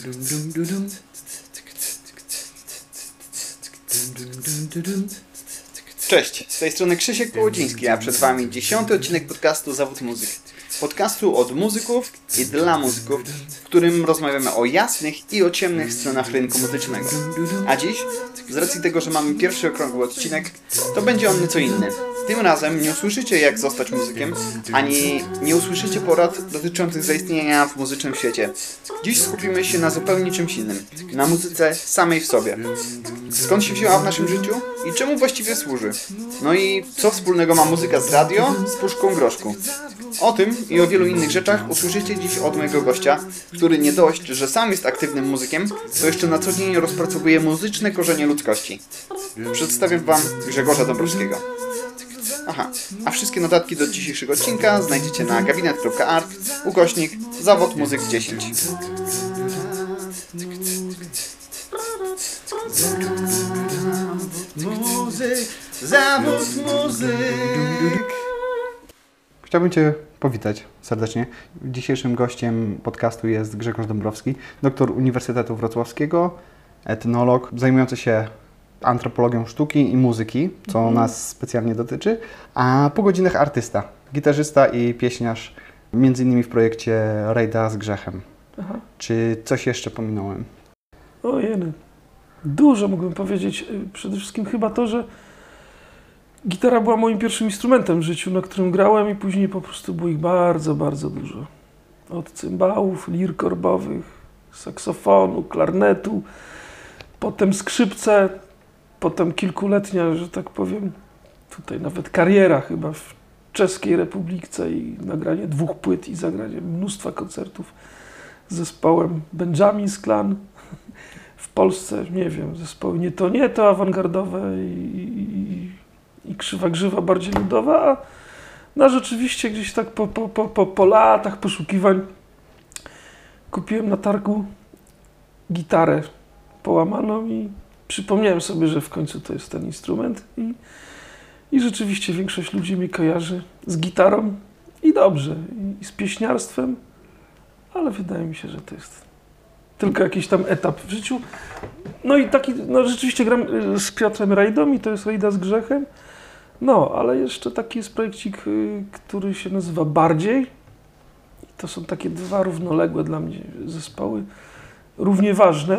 Cześć, z tej strony Krzysiek Kołodziński, a przed Wami 10. odcinek podcastu Zawód Muzyk. Podcastu od muzyków i dla muzyków, w którym rozmawiamy o jasnych i o ciemnych stronach rynku muzycznego. A dziś, z racji tego, że mamy pierwszy okrągły odcinek, to będzie on nieco inny. Tym razem nie usłyszycie, jak zostać muzykiem, ani nie usłyszycie porad dotyczących zaistnienia w muzycznym świecie. Dziś skupimy się na zupełnie czymś innym, na muzyce samej w sobie. Skąd się wzięła w naszym życiu i czemu właściwie służy? No i co wspólnego ma muzyka z radio, z puszką groszku? O tym i o wielu innych rzeczach usłyszycie dziś od mojego gościa, który nie dość, że sam jest aktywnym muzykiem, to jeszcze na co dzień rozpracowuje muzyczne korzenie ludzkości. Przedstawiam Wam Grzegorza Dąbrowskiego. Aha, a wszystkie notatki do dzisiejszego odcinka znajdziecie na gabinet.art /Zawód Muzyk 10. Zawód Muzyk. Chciałbym Cię powitać serdecznie. Dzisiejszym gościem podcastu jest Grzegorz Dąbrowski, doktor Uniwersytetu Wrocławskiego, etnolog zajmujący się antropologią sztuki i muzyki, co nas specjalnie dotyczy, a po godzinach artysta, gitarzysta i pieśniarz, między innymi w projekcie Rejda z Grzechem. Aha. Czy coś jeszcze pominąłem? Ojej, dużo mógłbym powiedzieć. Przede wszystkim chyba to, że gitara była moim pierwszym instrumentem w życiu, na którym grałem i później po prostu było ich bardzo, bardzo dużo. Od cymbałów, lir korbowych, saksofonu, klarnetu, potem skrzypce, potem kilkuletnia, że tak powiem, tutaj nawet kariera chyba w Czeskiej Republice i nagranie 2 płyt i zagranie mnóstwa koncertów z zespołem Benjamin's Clan. W Polsce, nie wiem, zespoły nie to awangardowe i krzywa grzywa bardziej ludowa, a no rzeczywiście gdzieś tak po latach poszukiwań kupiłem na targu gitarę połamaną i przypomniałem sobie, że w końcu to jest ten instrument i rzeczywiście większość ludzi mnie kojarzy z gitarą i dobrze, i z pieśniarstwem, ale wydaje mi się, że to jest tylko jakiś tam etap w życiu. No i taki, no rzeczywiście gram z Piotrem Rejdą i to jest Rejda z Grzechem, no ale jeszcze taki jest projekcik, który się nazywa Bardziej i to są takie 2 równoległe dla mnie zespoły, równie ważne.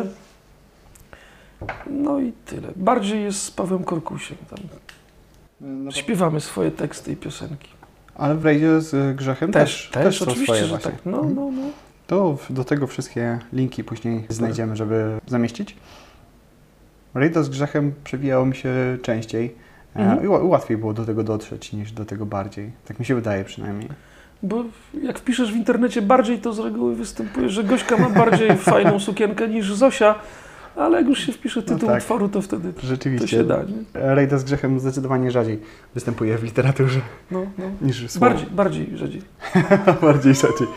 No i tyle. Bardziej jest z Pawłem Korkusiem. Tam śpiewamy swoje teksty i piosenki. Ale w Rejdzie z Grzechem też oczywiście, swoje że właśnie. tak. No. To do tego wszystkie linki później znajdziemy, żeby zamieścić. Rejda z Grzechem przewijało mi się częściej i łatwiej było do tego dotrzeć niż do tego bardziej. Tak mi się wydaje przynajmniej. Bo jak wpiszesz w internecie bardziej, to z reguły występuje, że Gośka ma bardziej fajną sukienkę niż Zosia, ale jak już się wpisze tytuł utworu, to wtedy rzeczywiście, to się da. Nie? Rejda z Grzechem zdecydowanie rzadziej występuje w literaturze niż słowo. Bardziej rzadziej. Bardziej rzadziej.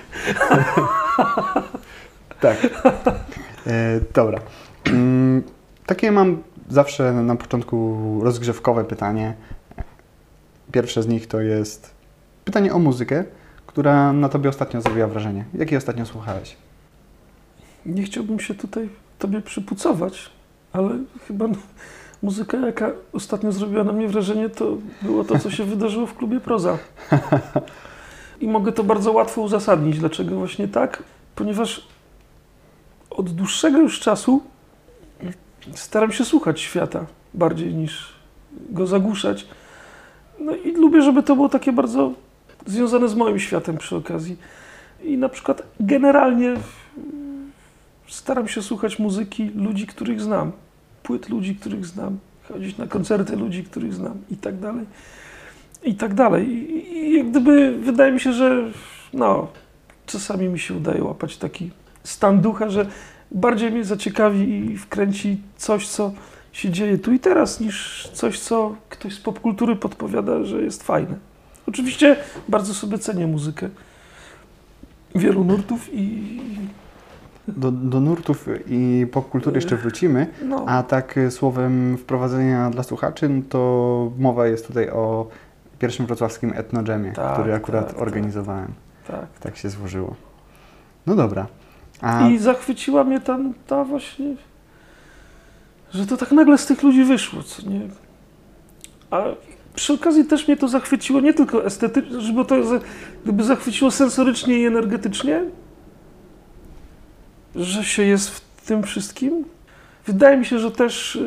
Tak. Dobra. Takie mam zawsze na początku rozgrzewkowe pytanie. Pierwsze z nich to jest pytanie o muzykę, która na Tobie ostatnio zrobiła wrażenie. Jakiej ostatnio słuchałeś? Nie chciałbym się tutaj Tobie przypucować, ale chyba muzyka, jaka ostatnio zrobiła na mnie wrażenie, to było to, co się wydarzyło w klubie Proza. I mogę to bardzo łatwo uzasadnić. Dlaczego właśnie tak? Ponieważ od dłuższego już czasu staram się słuchać świata bardziej niż go zagłuszać. No i lubię, żeby to było takie bardzo związane z moim światem przy okazji. I na przykład generalnie staram się słuchać muzyki ludzi, których znam, płyt ludzi, których znam, chodzić na koncerty ludzi, których znam i tak dalej, i tak dalej. I jak gdyby wydaje mi się, że czasami mi się udaje łapać taki stan ducha, że bardziej mnie zaciekawi i wkręci coś, co się dzieje tu i teraz, niż coś, co ktoś z popkultury podpowiada, że jest fajne. Oczywiście bardzo sobie cenię muzykę wielu nurtów i Do nurtów i popkultury jeszcze wrócimy, a tak słowem wprowadzenia dla słuchaczy, to mowa jest tutaj o pierwszym wrocławskim etnodżemie, który akurat organizowałem. Tak się złożyło. No dobra. I zachwyciła mnie ta właśnie, że to tak nagle z tych ludzi wyszło, co nie? A przy okazji też mnie to zachwyciło nie tylko estetycznie, żeby to gdyby zachwyciło sensorycznie i energetycznie, że się jest w tym wszystkim. Wydaje mi się, że też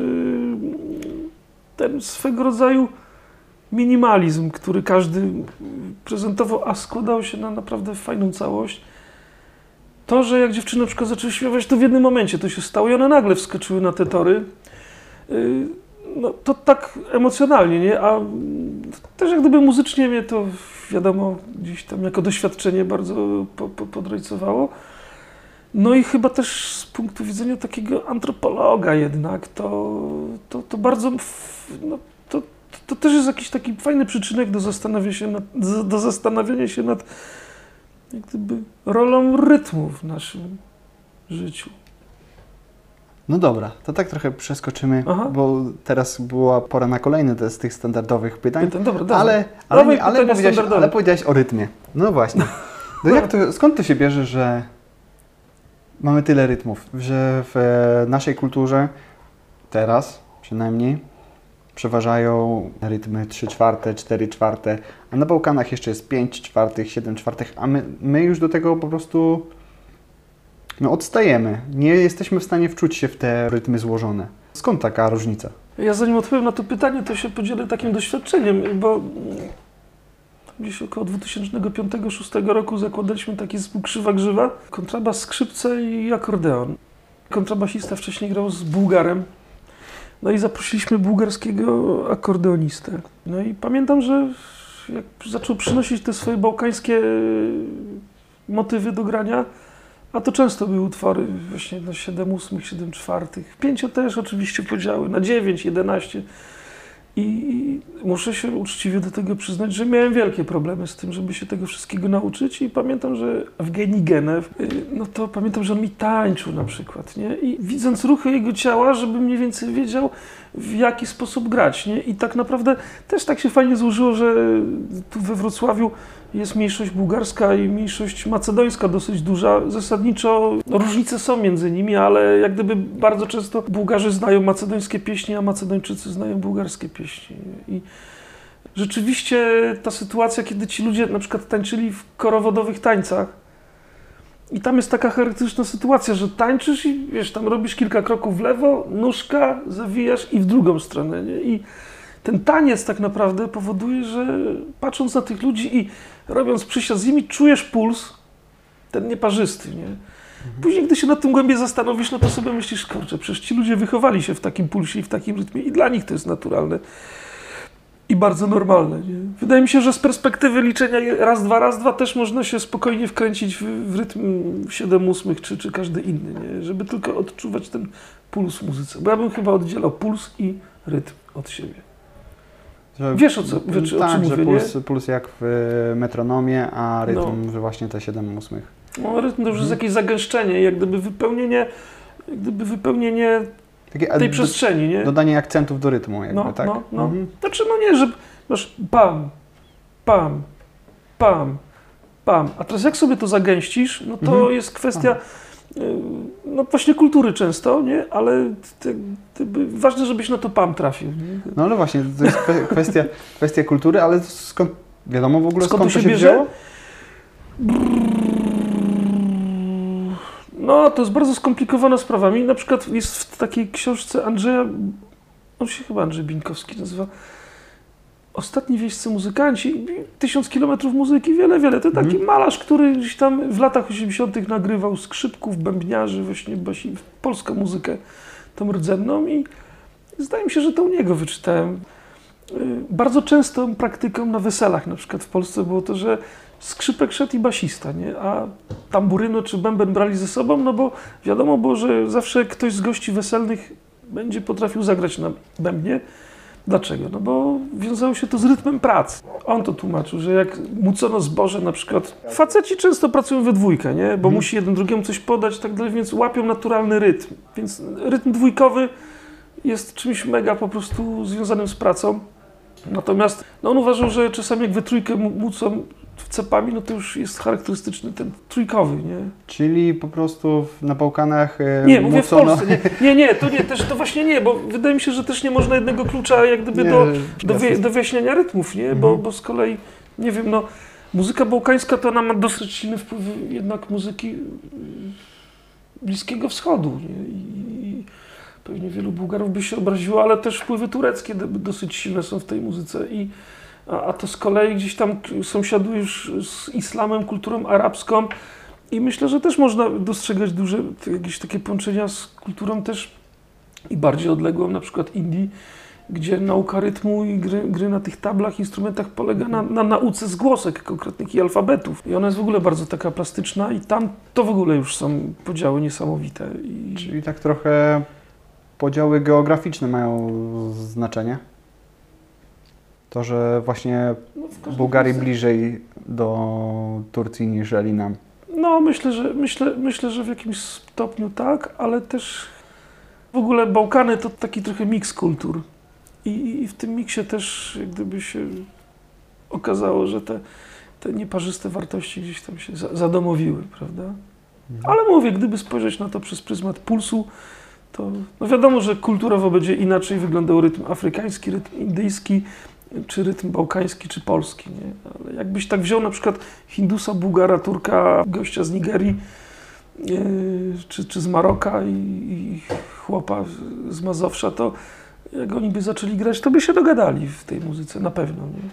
ten swego rodzaju minimalizm, który każdy prezentował, a składał się na naprawdę fajną całość. To, że jak dziewczyny na przykład zaczęły śpiewać, to w jednym momencie to się stało i one nagle wskoczyły na te tory. No to tak emocjonalnie, nie? A też jak gdyby muzycznie mnie to, wiadomo, gdzieś tam jako doświadczenie bardzo podrajcowało. No i chyba też z punktu widzenia takiego antropologa jednak, to bardzo, no, to też jest jakiś taki fajny przyczynek do zastanawiania się nad jak gdyby rolą rytmu w naszym życiu. No dobra, to tak trochę przeskoczymy, bo teraz była pora na kolejny z tych standardowych pytań. Dobra. Ale powiedziałeś o rytmie. No właśnie. Skąd to się bierze, że mamy tyle rytmów, że w naszej kulturze teraz przynajmniej przeważają rytmy 3/4, 4/4, a na Bałkanach jeszcze jest 5/4, 7/4, a my już do tego po prostu odstajemy. Nie jesteśmy w stanie wczuć się w te rytmy złożone. Skąd taka różnica? Ja zanim odpowiem na to pytanie, to się podzielę takim doświadczeniem, bo gdzieś około 2005-2006 roku zakładaliśmy taki zespół Krzywa Grzywa, kontrabas, skrzypce i akordeon. Kontrabasista wcześniej grał z Bułgarem. No i zaprosiliśmy bułgarskiego akordeonistę. No i pamiętam, że jak zaczął przynosić te swoje bałkańskie motywy do grania, a to często były utwory właśnie na 7/8, 7/4. 5 też oczywiście podziały, na 9, 11. I muszę się uczciwie do tego przyznać, że miałem wielkie problemy z tym, żeby się tego wszystkiego nauczyć i pamiętam, że w Genigenew, no to pamiętam, że on mi tańczył na przykład, nie? I widząc ruchy jego ciała, żeby mniej więcej wiedział, w jaki sposób grać, nie? I tak naprawdę też tak się fajnie złożyło, że tu we Wrocławiu jest mniejszość bułgarska i mniejszość macedońska dosyć duża. Zasadniczo różnice są między nimi, ale jak gdyby bardzo często Bułgarzy znają macedońskie pieśni, a Macedończycy znają bułgarskie pieśni. I rzeczywiście ta sytuacja, kiedy ci ludzie na przykład tańczyli w korowodowych tańcach i tam jest taka charakterystyczna sytuacja, że tańczysz i wiesz, tam robisz kilka kroków w lewo, nóżka, zawijasz i w drugą stronę, nie? I ten taniec tak naprawdę powoduje, że patrząc na tych ludzi i robiąc przysiad z nimi, czujesz puls, ten nieparzysty, nie? Później, gdy się nad tym głębiej zastanowisz, no to sobie myślisz, kurczę, przecież ci ludzie wychowali się w takim pulsie i w takim rytmie i dla nich to jest naturalne i bardzo normalne, nie? Wydaje mi się, że z perspektywy liczenia raz, dwa też można się spokojnie wkręcić w rytm 7/8 czy każdy inny, nie? Żeby tylko odczuwać ten puls w muzyce. Bo ja bym chyba oddzielał puls i rytm od siebie. Że, wiesz o czym mówię, że puls jak w metronomie, a rytm, że właśnie te 7/8. No, rytm to już jest jakieś zagęszczenie, jak gdyby wypełnienie tej przestrzeni, nie? Dodanie akcentów do rytmu, jakby, tak? Znaczy, nie, że masz pam, pam, pam, pam. A teraz jak sobie to zagęścisz, no to jest kwestia no właśnie kultury często, nie? Ale ważne, żebyś na to pam trafił. Nie? No ale właśnie, to jest kwestia kultury, ale skąd wiadomo w ogóle skąd to się bierze? No, to jest bardzo skomplikowana sprawa. Mi na przykład jest w takiej książce Andrzeja, on się chyba Andrzej Bińkowski nazywa, Ostatni wiejscy muzykanci, 1000 kilometrów muzyki, wiele. To taki malarz, który gdzieś tam w latach 80. nagrywał skrzypków, bębniarzy, właśnie polską muzykę, tą rdzenną i zdaje mi się, że to u niego wyczytałem. Bardzo częstą praktyką na weselach na przykład w Polsce było to, że skrzypek szedł i basista, nie? A tamburyno czy bęben brali ze sobą, no bo wiadomo było, że zawsze ktoś z gości weselnych będzie potrafił zagrać na bębnie. Dlaczego? No bo wiązało się to z rytmem pracy. On to tłumaczył, że jak mucono zboże na przykład, faceci często pracują we dwójkę, nie? Bo musi jeden drugiemu coś podać, tak dalej, więc łapią naturalny rytm. Więc rytm dwójkowy jest czymś mega po prostu związanym z pracą. Natomiast no on uważał, że czasami jak we trójkę mucą cepami, no to już jest charakterystyczny ten trójkowy, nie? Czyli po prostu na Bałkanach Nie, mówię w Polsce. Nie, to właśnie nie, bo wydaje mi się, że też nie można jednego klucza jak gdyby do wyjaśnienia rytmów, nie? Bo z kolei, nie wiem, no muzyka bałkańska to ona ma dosyć silny wpływ jednak muzyki Bliskiego Wschodu, nie? I pewnie wielu Bułgarów by się obraziło, ale też wpływy tureckie dosyć silne są w tej muzyce. A to z kolei gdzieś tam sąsiaduje już z islamem, kulturą arabską i myślę, że też można dostrzegać duże jakieś takie połączenia z kulturą też i bardziej odległą, na przykład Indii, gdzie nauka rytmu i gry na tych tablach, instrumentach polega na nauce zgłosek konkretnych i alfabetów. I ona jest w ogóle bardzo taka plastyczna i tam to w ogóle już są podziały niesamowite. Czyli tak trochę podziały geograficzne mają znaczenie? To, że właśnie Bułgarii bliżej do Turcji niż nam. No myślę, że w jakimś stopniu tak, ale też w ogóle Bałkany to taki trochę miks kultur. I w tym miksie też jak gdyby się okazało, że te nieparzyste wartości gdzieś tam się zadomowiły, prawda? Ale mówię, gdyby spojrzeć na to przez pryzmat pulsu, to no wiadomo, że kulturowo będzie inaczej wyglądał rytm afrykański, rytm indyjski, czy rytm bałkański, czy polski, nie? Ale jakbyś tak wziął na przykład Hindusa, Bułgara, Turka, gościa z Nigerii, czy z Maroka i chłopa z Mazowsza, to jak oni by zaczęli grać, to by się dogadali w tej muzyce, na pewno, nie?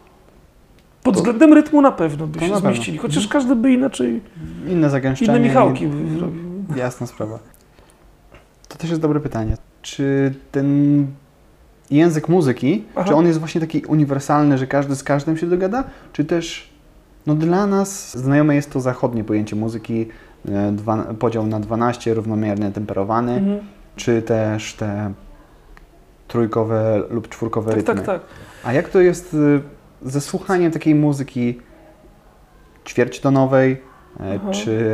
Pod względem rytmu na pewno by się zmieścili, chociaż każdy by inaczej, inne zagęszczenie, inne Michałki by robił. Jasna sprawa. To też jest dobre pytanie. Czy ten język muzyki, czy on jest właśnie taki uniwersalny, że każdy z każdym się dogada? Czy też no dla nas znajome jest to zachodnie pojęcie muzyki, podział na 12, równomiernie temperowany, czy też te trójkowe lub czwórkowe rytmy? Tak. A jak to jest ze słuchaniem takiej muzyki ćwierćtonowej, czy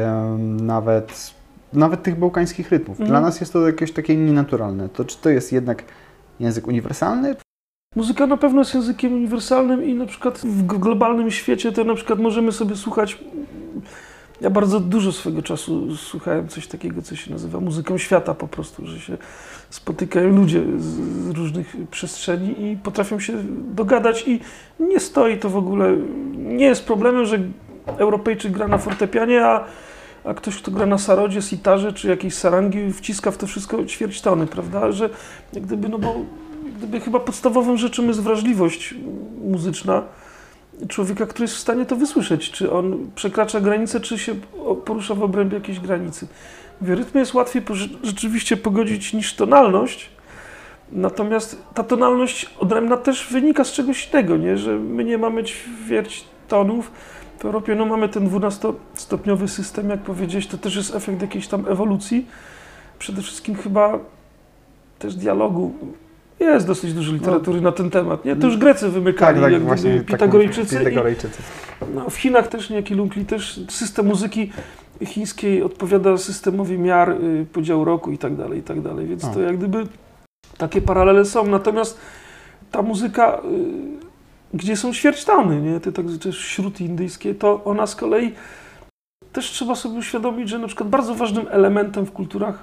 nawet tych bałkańskich rytmów? Dla nas jest to jakieś takie nienaturalne. To czy to jest jednak język uniwersalny? Muzyka na pewno jest językiem uniwersalnym i na przykład w globalnym świecie to na przykład możemy sobie słuchać. Ja bardzo dużo swego czasu słuchałem coś takiego, co się nazywa muzyką świata po prostu, że się spotykają ludzie z różnych przestrzeni i potrafią się dogadać i nie stoi to w ogóle, nie jest problemem, że Europejczyk gra na fortepianie, a ktoś, kto gra na sarodzie, sitarze czy jakiejś sarangi, wciska w to wszystko ćwierćtony, prawda? Że jak gdyby, no bo jak gdyby chyba podstawową rzeczą jest wrażliwość muzyczna człowieka, który jest w stanie to wysłyszeć, czy on przekracza granicę, czy się porusza w obrębie jakiejś granicy. Mówię, rytm jest łatwiej rzeczywiście pogodzić niż tonalność, natomiast ta tonalność odrębna też wynika z czegoś innego, nie? Że my nie mamy ćwierćtonów. W Europie no, mamy ten 12-stopniowy system, jak powiedzieć, to też jest efekt jakiejś tam ewolucji. Przede wszystkim chyba też dialogu. Jest dosyć dużo literatury na ten temat, nie? To już Grecy wymykali, tak, jak właśnie, Pitagorejczycy. Pitagorejczycy. No, w Chinach też niejaki Lungli, też system muzyki chińskiej odpowiada systemowi miar, podziału roku i tak dalej, więc to jak gdyby takie paralele są. Natomiast ta muzyka, gdzie są ćwierćtony, nie? Te tak też śruty indyjskie, to ona z kolei też trzeba sobie uświadomić, że na przykład bardzo ważnym elementem w kulturach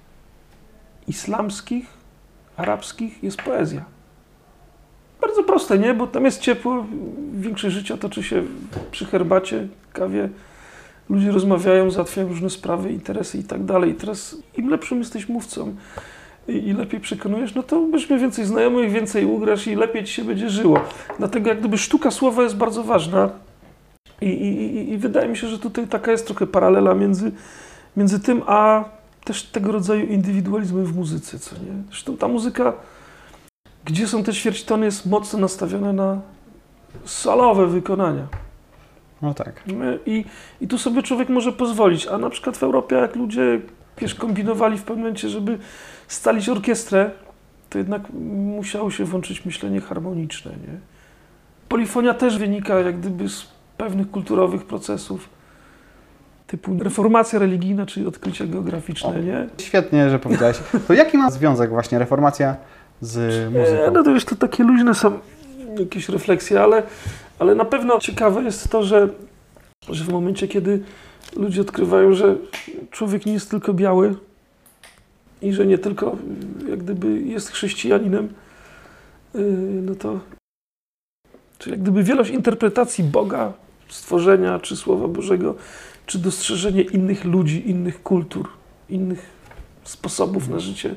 islamskich, arabskich jest poezja. Bardzo proste, nie? Bo tam jest ciepło, większość życia toczy się przy herbacie, kawie. Ludzie rozmawiają, załatwiają różne sprawy, interesy i tak dalej. I teraz im lepszym jesteś mówcą i lepiej przekonujesz, no to będziesz miał więcej znajomych, więcej ugrasz i lepiej ci się będzie żyło. Dlatego jak gdyby sztuka słowa jest bardzo ważna i wydaje mi się, że tutaj taka jest trochę paralela między tym, a też tego rodzaju indywidualizmem w muzyce, co nie? Zresztą ta muzyka, gdzie są te ćwierćtony, jest mocno nastawiona na solowe wykonania. No tak. I tu sobie człowiek może pozwolić, a na przykład w Europie, jak ludzie kombinowali w pewnym momencie, żeby scalić orkiestrę, to jednak musiało się włączyć myślenie harmoniczne, nie? Polifonia też wynika jak gdyby z pewnych kulturowych procesów, typu reformacja religijna, czyli odkrycia geograficzne, nie? Świetnie, że powiedziałeś. To jaki ma związek właśnie reformacja z muzyką? No to wiesz, to takie luźne są. jakieś refleksje, ale na pewno ciekawe jest to, że w momencie, kiedy ludzie odkrywają, że człowiek nie jest tylko biały i że nie tylko jak gdyby jest chrześcijaninem, no to czy jak gdyby wielość interpretacji Boga, stworzenia, czy Słowa Bożego, czy dostrzeżenie innych ludzi, innych kultur, innych sposobów na życie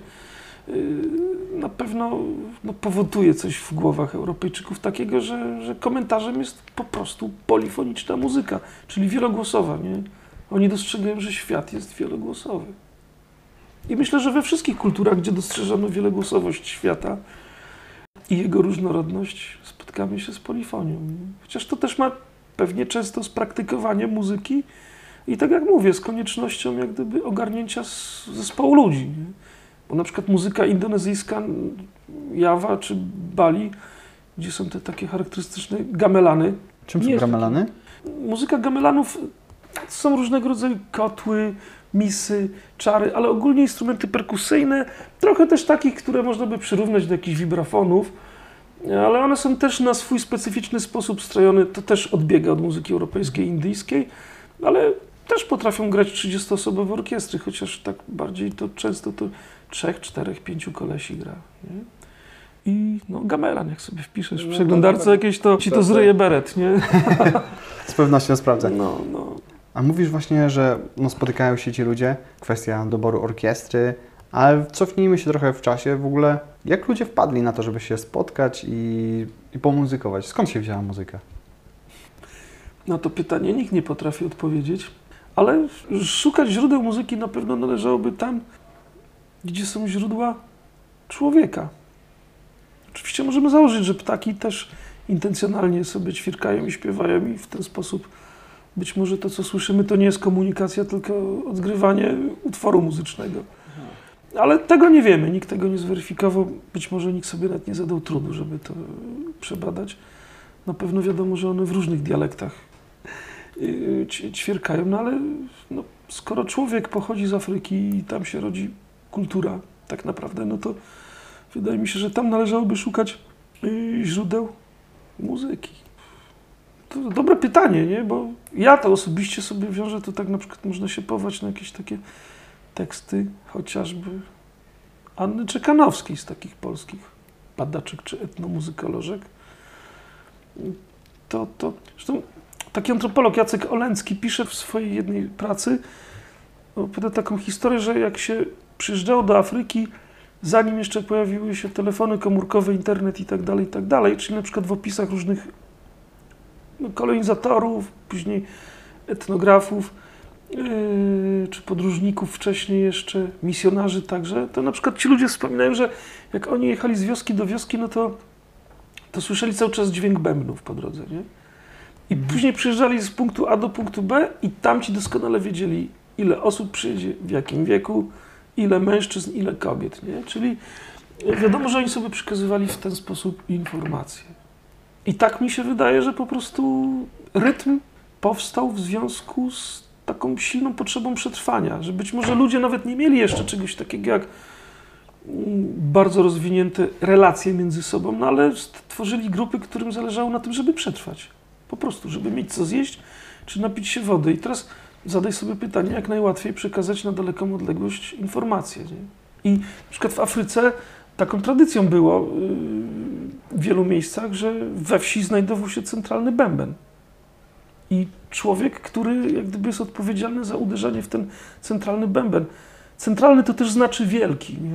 na pewno powoduje coś w głowach Europejczyków takiego, że komentarzem jest po prostu polifoniczna muzyka, czyli wielogłosowa, nie? Oni dostrzegają, że świat jest wielogłosowy. I myślę, że we wszystkich kulturach, gdzie dostrzeżono wielogłosowość świata i jego różnorodność, spotkamy się z polifonią. Chociaż to też ma pewnie często z praktykowaniem muzyki i tak jak mówię, z koniecznością jak gdyby ogarnięcia zespołu ludzi. Nie? Bo na przykład muzyka indonezyjska, Jawa czy Bali, gdzie są te takie charakterystyczne gamelany. Czym są gamelany? Muzyka gamelanów są różnego rodzaju kotły, misy, czary, ale ogólnie instrumenty perkusyjne, trochę też takich, które można by przyrównać do jakichś wibrafonów, ale one są też na swój specyficzny sposób strojone, to też odbiega od muzyki europejskiej i indyjskiej, ale też potrafią grać 30-osobowe orkiestry, chociaż tak bardziej to często to 3, 4, 5 kolesi gra. Nie? I no, gamelan, jak sobie wpiszesz w przeglądarce jakieś, to ci to zryje beret, nie? Z pewnością sprawdzę. No. A mówisz właśnie, że spotykają się ci ludzie, kwestia doboru orkiestry, ale cofnijmy się trochę w czasie. W ogóle jak ludzie wpadli na to, żeby się spotkać i pomuzykować? Skąd się wzięła muzyka? Na to pytanie nikt nie potrafi odpowiedzieć, ale szukać źródeł muzyki na pewno należałoby tam, gdzie są źródła człowieka. Oczywiście możemy założyć, że ptaki też intencjonalnie sobie ćwierkają i śpiewają i w ten sposób być może to, co słyszymy, to nie jest komunikacja, tylko odgrywanie utworu muzycznego. Ale tego nie wiemy, nikt tego nie zweryfikował, być może nikt sobie nawet nie zadał trudu, żeby to przebadać. Na pewno wiadomo, że one w różnych dialektach ćwierkają, no ale skoro człowiek pochodzi z Afryki i tam się rodzi kultura tak naprawdę, no to wydaje mi się, że tam należałoby szukać źródeł muzyki. To dobre pytanie, nie? Bo ja to osobiście sobie wiążę, to tak na przykład można się powołać na jakieś takie teksty, chociażby Anny Czekanowskiej z takich polskich badaczek czy etnomuzykolożek. Zresztą taki antropolog Jacek Olencki pisze w swojej jednej pracy, opowiada taką historię, że jak się przyjeżdżało do Afryki, zanim jeszcze pojawiły się telefony komórkowe, internet i tak dalej, czyli na przykład w opisach różnych kolonizatorów, później etnografów, czy podróżników wcześniej jeszcze, misjonarzy także, to na przykład ci ludzie wspominają, że jak oni jechali z wioski do wioski, no to słyszeli cały czas dźwięk bębnów po drodze, nie? I później przyjeżdżali z punktu A do punktu B i tamci doskonale wiedzieli, ile osób przyjedzie, w jakim wieku, ile mężczyzn, ile kobiet, nie? Czyli wiadomo, że oni sobie przekazywali w ten sposób informacje. I tak mi się wydaje, że po prostu rytm powstał w związku z taką silną potrzebą przetrwania, że być może ludzie nawet nie mieli jeszcze czegoś takiego jak bardzo rozwinięte relacje między sobą, no ale tworzyli grupy, którym zależało na tym, żeby przetrwać. Po prostu, żeby mieć co zjeść, czy napić się wody. I teraz zadaj sobie pytanie, jak najłatwiej przekazać na daleką odległość informacje. Nie? I na przykład w Afryce taką tradycją było w wielu miejscach, że we wsi znajdował się centralny bęben. I człowiek, który jak gdyby jest odpowiedzialny za uderzanie w ten centralny bęben. Centralny to też znaczy wielki. Nie?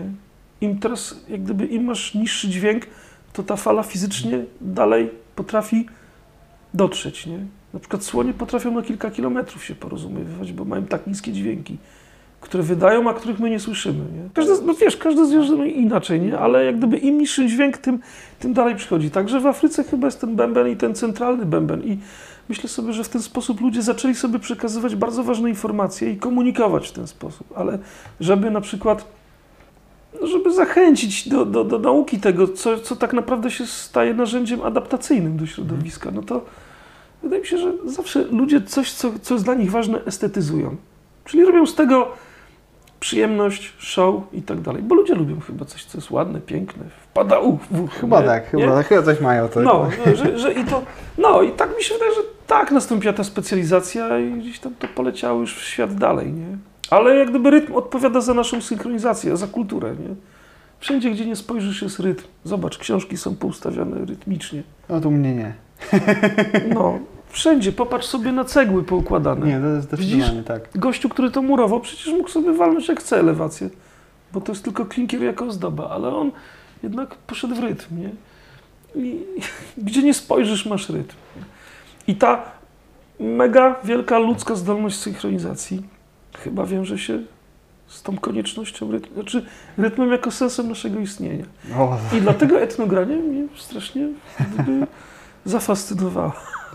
Im masz niższy dźwięk, to ta fala fizycznie dalej potrafi dotrzeć. Nie? Na przykład słonie potrafią na kilka kilometrów się porozumiewać, bo mają tak niskie dźwięki, które wydają, a których my nie słyszymy. Nie? Każde zwierzę inaczej, nie? Ale jak gdyby im niższy dźwięk, tym dalej przychodzi. Także w Afryce chyba jest ten bęben i ten centralny bęben. I myślę sobie, że w ten sposób ludzie zaczęli sobie przekazywać bardzo ważne informacje i komunikować w ten sposób. Ale żeby na przykład, żeby zachęcić do nauki tego, co tak naprawdę się staje narzędziem adaptacyjnym do środowiska, no to wydaje mi się, że zawsze ludzie coś, co jest dla nich ważne, estetyzują. Czyli robią z tego przyjemność, show i tak dalej. Bo ludzie lubią chyba coś, co jest ładne, piękne, wpada w ucho. Chyba nie? tak, Nie? chyba coś mają. To. I tak mi się wydaje, że tak nastąpiła ta specjalizacja i gdzieś tam to poleciało już w świat dalej, nie? Ale jak gdyby rytm odpowiada za naszą synchronizację, za kulturę, nie? Wszędzie, gdzie nie spojrzysz, jest rytm. Zobacz, książki są poustawiane rytmicznie. No tu mnie nie. No, wszędzie. Popatrz sobie na cegły poukładane. Nie, to jest zdecydowanie tak. Gościu, który to murował, przecież mógł sobie walnąć jak chce elewację, bo to jest tylko klinkier jako ozdoba, ale on jednak poszedł w rytm, nie? I gdzie nie spojrzysz, masz rytm. I ta mega wielka ludzka zdolność synchronizacji chyba wiąże się z tą koniecznością rytmu, znaczy rytmem jako sensem naszego istnienia. I dlatego etnogranie mnie strasznie gdyby zafascynowało.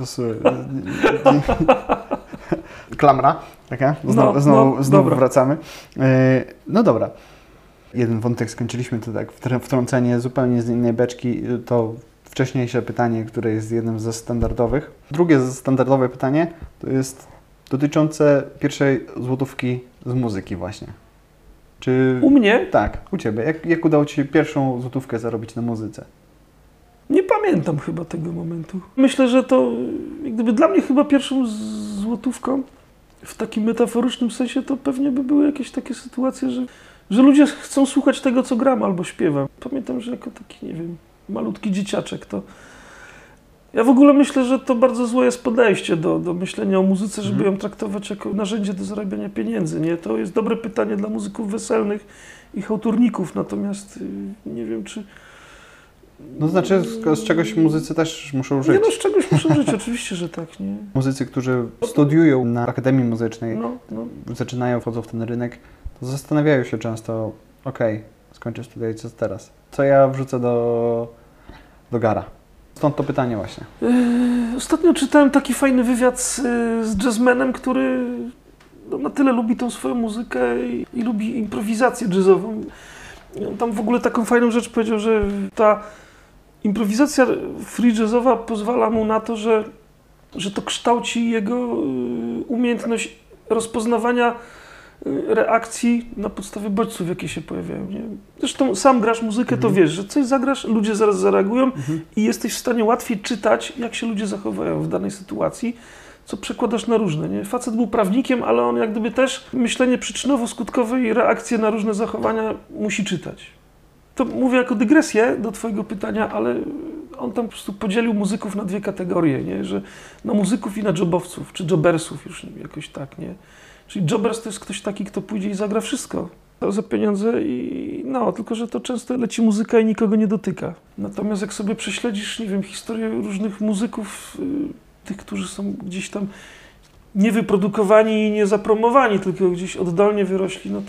Klamra, taka? Znowu wracamy. No dobra. Jeden wątek skończyliśmy, to tak wtrącenie zupełnie z innej beczki, to wcześniejsze pytanie, które jest jednym ze standardowych. Drugie standardowe pytanie to jest dotyczące pierwszej złotówki z muzyki właśnie. Czy... U mnie? Tak, u Ciebie. Jak udało Ci się pierwszą złotówkę zarobić na muzyce? Nie pamiętam chyba tego momentu. Myślę, że to jak gdyby dla mnie chyba pierwszą złotówką w takim metaforycznym sensie to pewnie by były jakieś takie sytuacje, że ludzie chcą słuchać tego, co gram albo śpiewam. Pamiętam, że jako taki, nie wiem, malutki dzieciaczek to... Ja w ogóle myślę, że to bardzo złe jest podejście do myślenia o muzyce, żeby ją traktować jako narzędzie do zarabiania pieniędzy. Nie? To jest dobre pytanie dla muzyków weselnych i chałturników, natomiast nie wiem, czy... No znaczy, z czegoś muzycy też muszą żyć. Nie, no z czegoś muszą żyć, oczywiście, że tak, nie? Muzycy, którzy studiują na Akademii Muzycznej, no. zaczynają, wchodzą w ten rynek, to zastanawiają się często, skończę studia, co teraz? Co ja wrzucę do gara? Stąd to pytanie właśnie. Ostatnio czytałem taki fajny wywiad z jazzmenem, który na tyle lubi tą swoją muzykę i lubi improwizację jazzową. On tam w ogóle taką fajną rzecz powiedział, że ta improwizacja free jazzowa pozwala mu na to, że to kształci jego umiejętność rozpoznawania reakcji na podstawie bodźców, jakie się pojawiają. Nie? Zresztą sam grasz muzykę, to wiesz, że coś zagrasz, ludzie zaraz zareagują i jesteś w stanie łatwiej czytać, jak się ludzie zachowują w danej sytuacji, co przekładasz na różne. Nie? Facet był prawnikiem, ale on jak gdyby też myślenie przyczynowo-skutkowe i reakcje na różne zachowania musi czytać. To mówię jako dygresję do twojego pytania, ale on tam po prostu podzielił muzyków na dwie kategorie, nie? Że na muzyków i na jobowców, czy jobersów już jakoś tak, nie? Czyli jobbers to jest ktoś taki, kto pójdzie i zagra wszystko za pieniądze tylko że to często leci muzyka i nikogo nie dotyka. Natomiast jak sobie prześledzisz, nie wiem, historię różnych muzyków, tych, którzy są gdzieś tam niewyprodukowani i niezapromowani, tylko gdzieś oddolnie wyrośli, no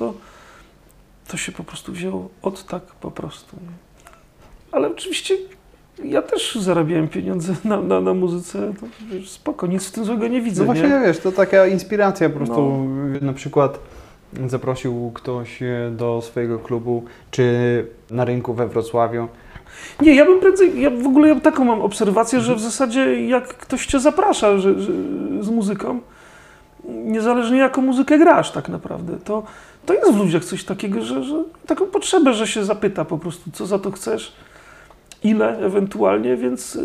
to się po prostu wzięło od tak po prostu. Nie? Ale oczywiście ja też zarabiałem pieniądze na muzyce, to wiesz, spoko, nic w tym złego nie widzę. No właśnie, nie? Wiesz, to taka inspiracja po prostu. Na przykład zaprosił ktoś do swojego klubu, czy na rynku we Wrocławiu. Nie, ja bym prędzej, ja mam taką mam obserwację, że w zasadzie jak ktoś cię zaprasza z muzyką, niezależnie jaką muzykę grasz tak naprawdę, to jest w ludziach coś takiego, że taką potrzebę, że się zapyta po prostu, co za to chcesz, ile ewentualnie, więc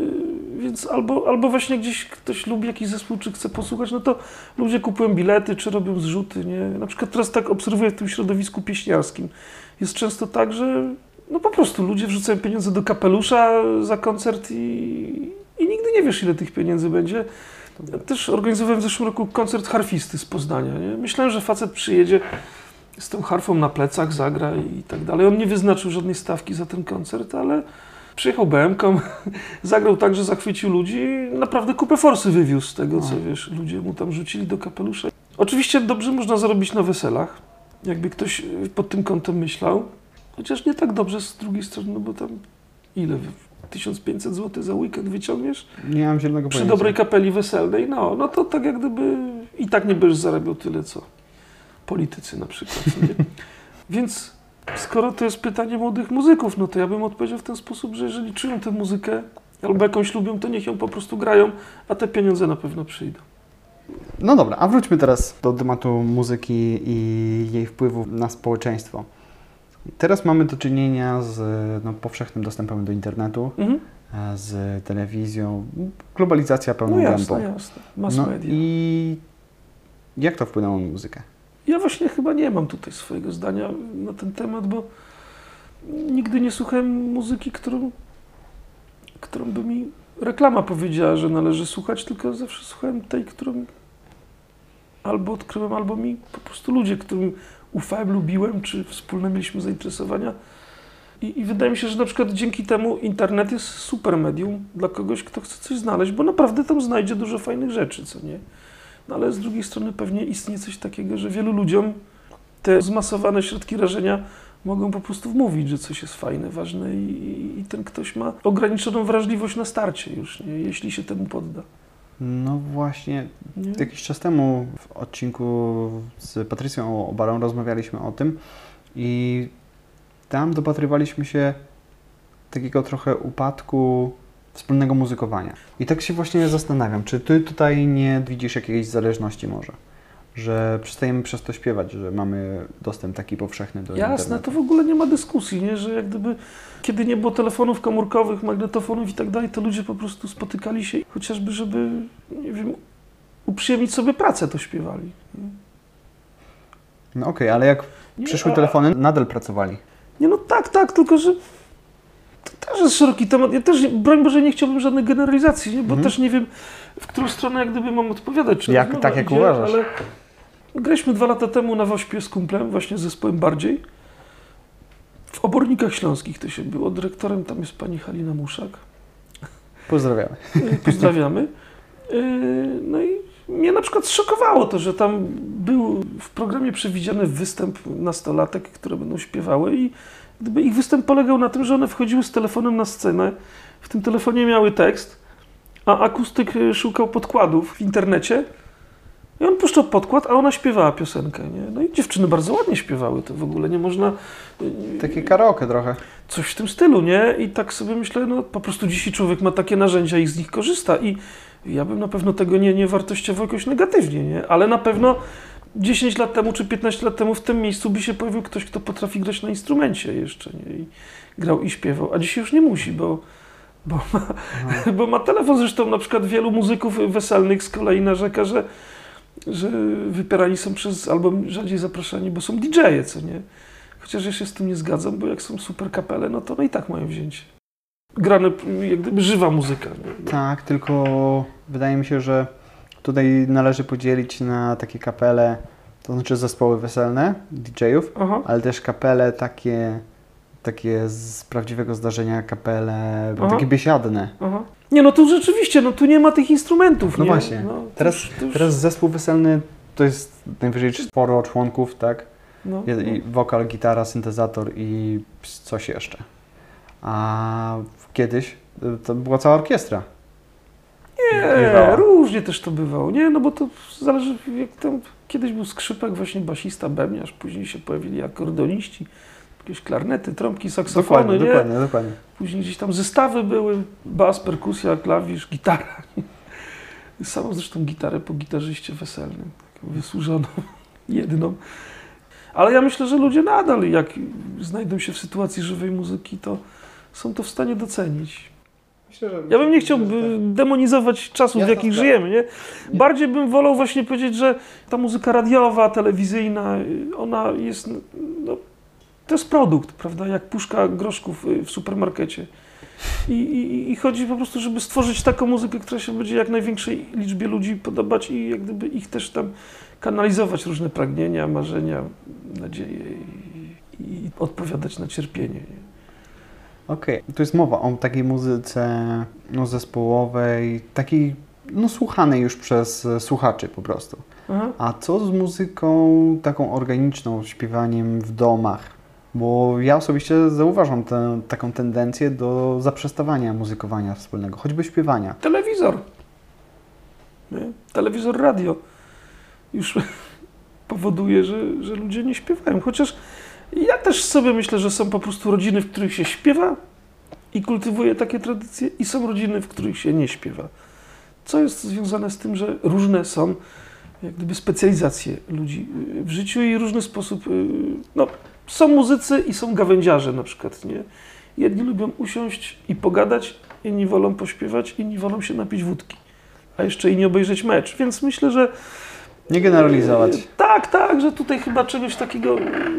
albo właśnie gdzieś ktoś lubi jakiś zespół, czy chce posłuchać, no to ludzie kupują bilety, czy robią zrzuty, nie? Na przykład teraz tak obserwuję w tym środowisku pieśniarskim. Jest często tak, że po prostu ludzie wrzucają pieniądze do kapelusza za koncert i nigdy nie wiesz, ile tych pieniędzy będzie. Ja też organizowałem w zeszłym roku koncert harfisty z Poznania, nie? Myślałem, że facet przyjedzie z tą harfą na plecach, zagra i tak dalej. On nie wyznaczył żadnej stawki za ten koncert, ale przyjechał BM-ką, zagrał tak, że zachwycił ludzi i naprawdę kupę forsy wywiózł z tego, co wiesz, ludzie mu tam rzucili do kapelusza. Oczywiście dobrze można zarobić na weselach, jakby ktoś pod tym kątem myślał, chociaż nie tak dobrze z drugiej strony, no bo tam ile? 1500 zł za weekend wyciągniesz? Nie mam zielonego pojęcia. Przy dobrej kapeli weselnej, no to tak jak gdyby i tak nie będziesz zarabiał tyle, co politycy na przykład. Nie? Więc skoro to jest pytanie młodych muzyków, no to ja bym odpowiedział w ten sposób, że jeżeli czują tę muzykę albo jakąś lubią, to niech ją po prostu grają, a te pieniądze na pewno przyjdą. No dobra, a wróćmy teraz do tematu muzyki i jej wpływu na społeczeństwo. Teraz mamy do czynienia z powszechnym dostępem do internetu, z telewizją, globalizacja pełną gębą. Jasne. Mass media. I jak to wpłynęło na muzykę? Ja właśnie chyba nie mam tutaj swojego zdania na ten temat, bo nigdy nie słuchałem muzyki, którą by mi reklama powiedziała, że należy słuchać, tylko zawsze słuchałem tej, którą albo odkryłem, albo mi po prostu ludzie, którym ufałem, lubiłem, czy wspólne mieliśmy zainteresowania. I wydaje mi się, że na przykład dzięki temu internet jest super medium dla kogoś, kto chce coś znaleźć, bo naprawdę tam znajdzie dużo fajnych rzeczy, co nie? No ale z drugiej strony pewnie istnieje coś takiego, że wielu ludziom te zmasowane środki rażenia mogą po prostu wmówić, że coś jest fajne, ważne i ten ktoś ma ograniczoną wrażliwość na starcie już, nie? Jeśli się temu podda. No właśnie, Nie? jakiś czas temu w odcinku z Patrycją Obarą rozmawialiśmy o tym i tam dopatrywaliśmy się takiego trochę upadku wspólnego muzykowania. I tak się właśnie zastanawiam, czy ty tutaj nie widzisz jakiejś zależności może? Że przestajemy przez to śpiewać, że mamy dostęp taki powszechny do internetu. Jasne, to w ogóle nie ma dyskusji, nie? Że jak gdyby, kiedy nie było telefonów komórkowych, magnetofonów i tak dalej, to ludzie po prostu spotykali się chociażby, żeby, nie wiem, uprzyjemnić sobie pracę, to śpiewali. No okej, ale jak przyszły telefony, nadal pracowali. Nie, no tak, tylko że to też jest szeroki temat. Ja też, broń Boże, nie chciałbym żadnej generalizacji, nie? Bo też nie wiem, w którą stronę jak gdyby mam odpowiadać. Czy jak idzie, uważasz. Ale graliśmy 2 lata temu na Wośpie z kumplem, właśnie z zespołem Bardziej. W Obornikach Śląskich to się było. Dyrektorem tam jest pani Halina Muszak. Pozdrawiamy. Pozdrawiamy. No i mnie na przykład zszokowało to, że tam był w programie przewidziany występ nastolatek, które będą śpiewały i gdyby ich występ polegał na tym, że one wchodziły z telefonem na scenę, w tym telefonie miały tekst, a akustyk szukał podkładów w internecie i on puszczał podkład, a ona śpiewała piosenkę, nie? No i dziewczyny bardzo ładnie śpiewały, to w ogóle nie można... Takie karaoke trochę. Coś w tym stylu, nie? I tak sobie myślę, no po prostu dzisiaj człowiek ma takie narzędzia i z nich korzysta i ja bym na pewno tego nie wartościował jakoś negatywnie, nie? Ale na pewno 10 lat temu czy 15 lat temu w tym miejscu by się pojawił ktoś, kto potrafi grać na instrumencie jeszcze, nie? I grał i śpiewał, a dzisiaj już nie musi, bo ma telefon. Zresztą na przykład wielu muzyków weselnych z kolei narzeka, że wypierani są przez, albo rzadziej zapraszani, bo są DJ-e, co nie? Chociaż ja się z tym nie zgadzam, bo jak są super kapele, no to one i tak mają wzięcie. Grane, jak gdyby żywa muzyka. Nie? Tak, tylko wydaje mi się, że tutaj należy podzielić na takie kapele, to znaczy zespoły weselne, DJ-ów, ale też kapele takie z prawdziwego zdarzenia, kapele takie biesiadne. Nie, no tu rzeczywiście, no tu nie ma tych instrumentów. No nie? właśnie, no, teraz zespół weselny to jest najwyżej 4 członków, tak? No, I wokal, gitara, syntezator i coś jeszcze. A kiedyś to była cała orkiestra. Nie, różnie też to bywało. Nie, no bo to zależy, jak tam kiedyś był skrzypek, właśnie basista, bębniarz, później się pojawili akordoniści, jakieś klarnety, trąbki, saksofony, Dokładnie. Później gdzieś tam zestawy były, bas, perkusja, klawisz, gitara. Samą zresztą gitarę po gitarzyście weselnym, taką wysłużoną, jedną. Ale ja myślę, że ludzie nadal, jak znajdą się w sytuacji żywej muzyki, to są to w stanie docenić. Myślę, że ja bym nie chciał demonizować czasów, w jakich żyjemy, nie? Bardziej bym wolał właśnie powiedzieć, że ta muzyka radiowa, telewizyjna, ona jest, no, to jest produkt, prawda, jak puszka groszków w supermarkecie. I chodzi po prostu, żeby stworzyć taką muzykę, która się będzie jak największej liczbie ludzi podobać i jak gdyby ich też tam kanalizować różne pragnienia, marzenia, nadzieje i odpowiadać na cierpienie. Okej, tu jest mowa o takiej muzyce zespołowej, takiej słuchanej już przez słuchaczy po prostu. Aha. A co z muzyką taką organiczną, śpiewaniem w domach? Bo ja osobiście zauważam taką tendencję do zaprzestawania muzykowania wspólnego, choćby śpiewania. Telewizor. Nie? Telewizor, radio już powoduje, że ludzie nie śpiewają. Chociaż ja też sobie myślę, że są po prostu rodziny, w których się śpiewa i kultywuje takie tradycje i są rodziny, w których się nie śpiewa. Co jest związane z tym, że różne są jak gdyby specjalizacje ludzi w życiu i różny sposób, no, są muzycy i są gawędziarze na przykład, nie? Jedni lubią usiąść i pogadać, inni wolą pośpiewać, inni wolą się napić wódki, a jeszcze inni obejrzeć mecz, więc myślę, że... Nie generalizować. Tak, że tutaj chyba czegoś takiego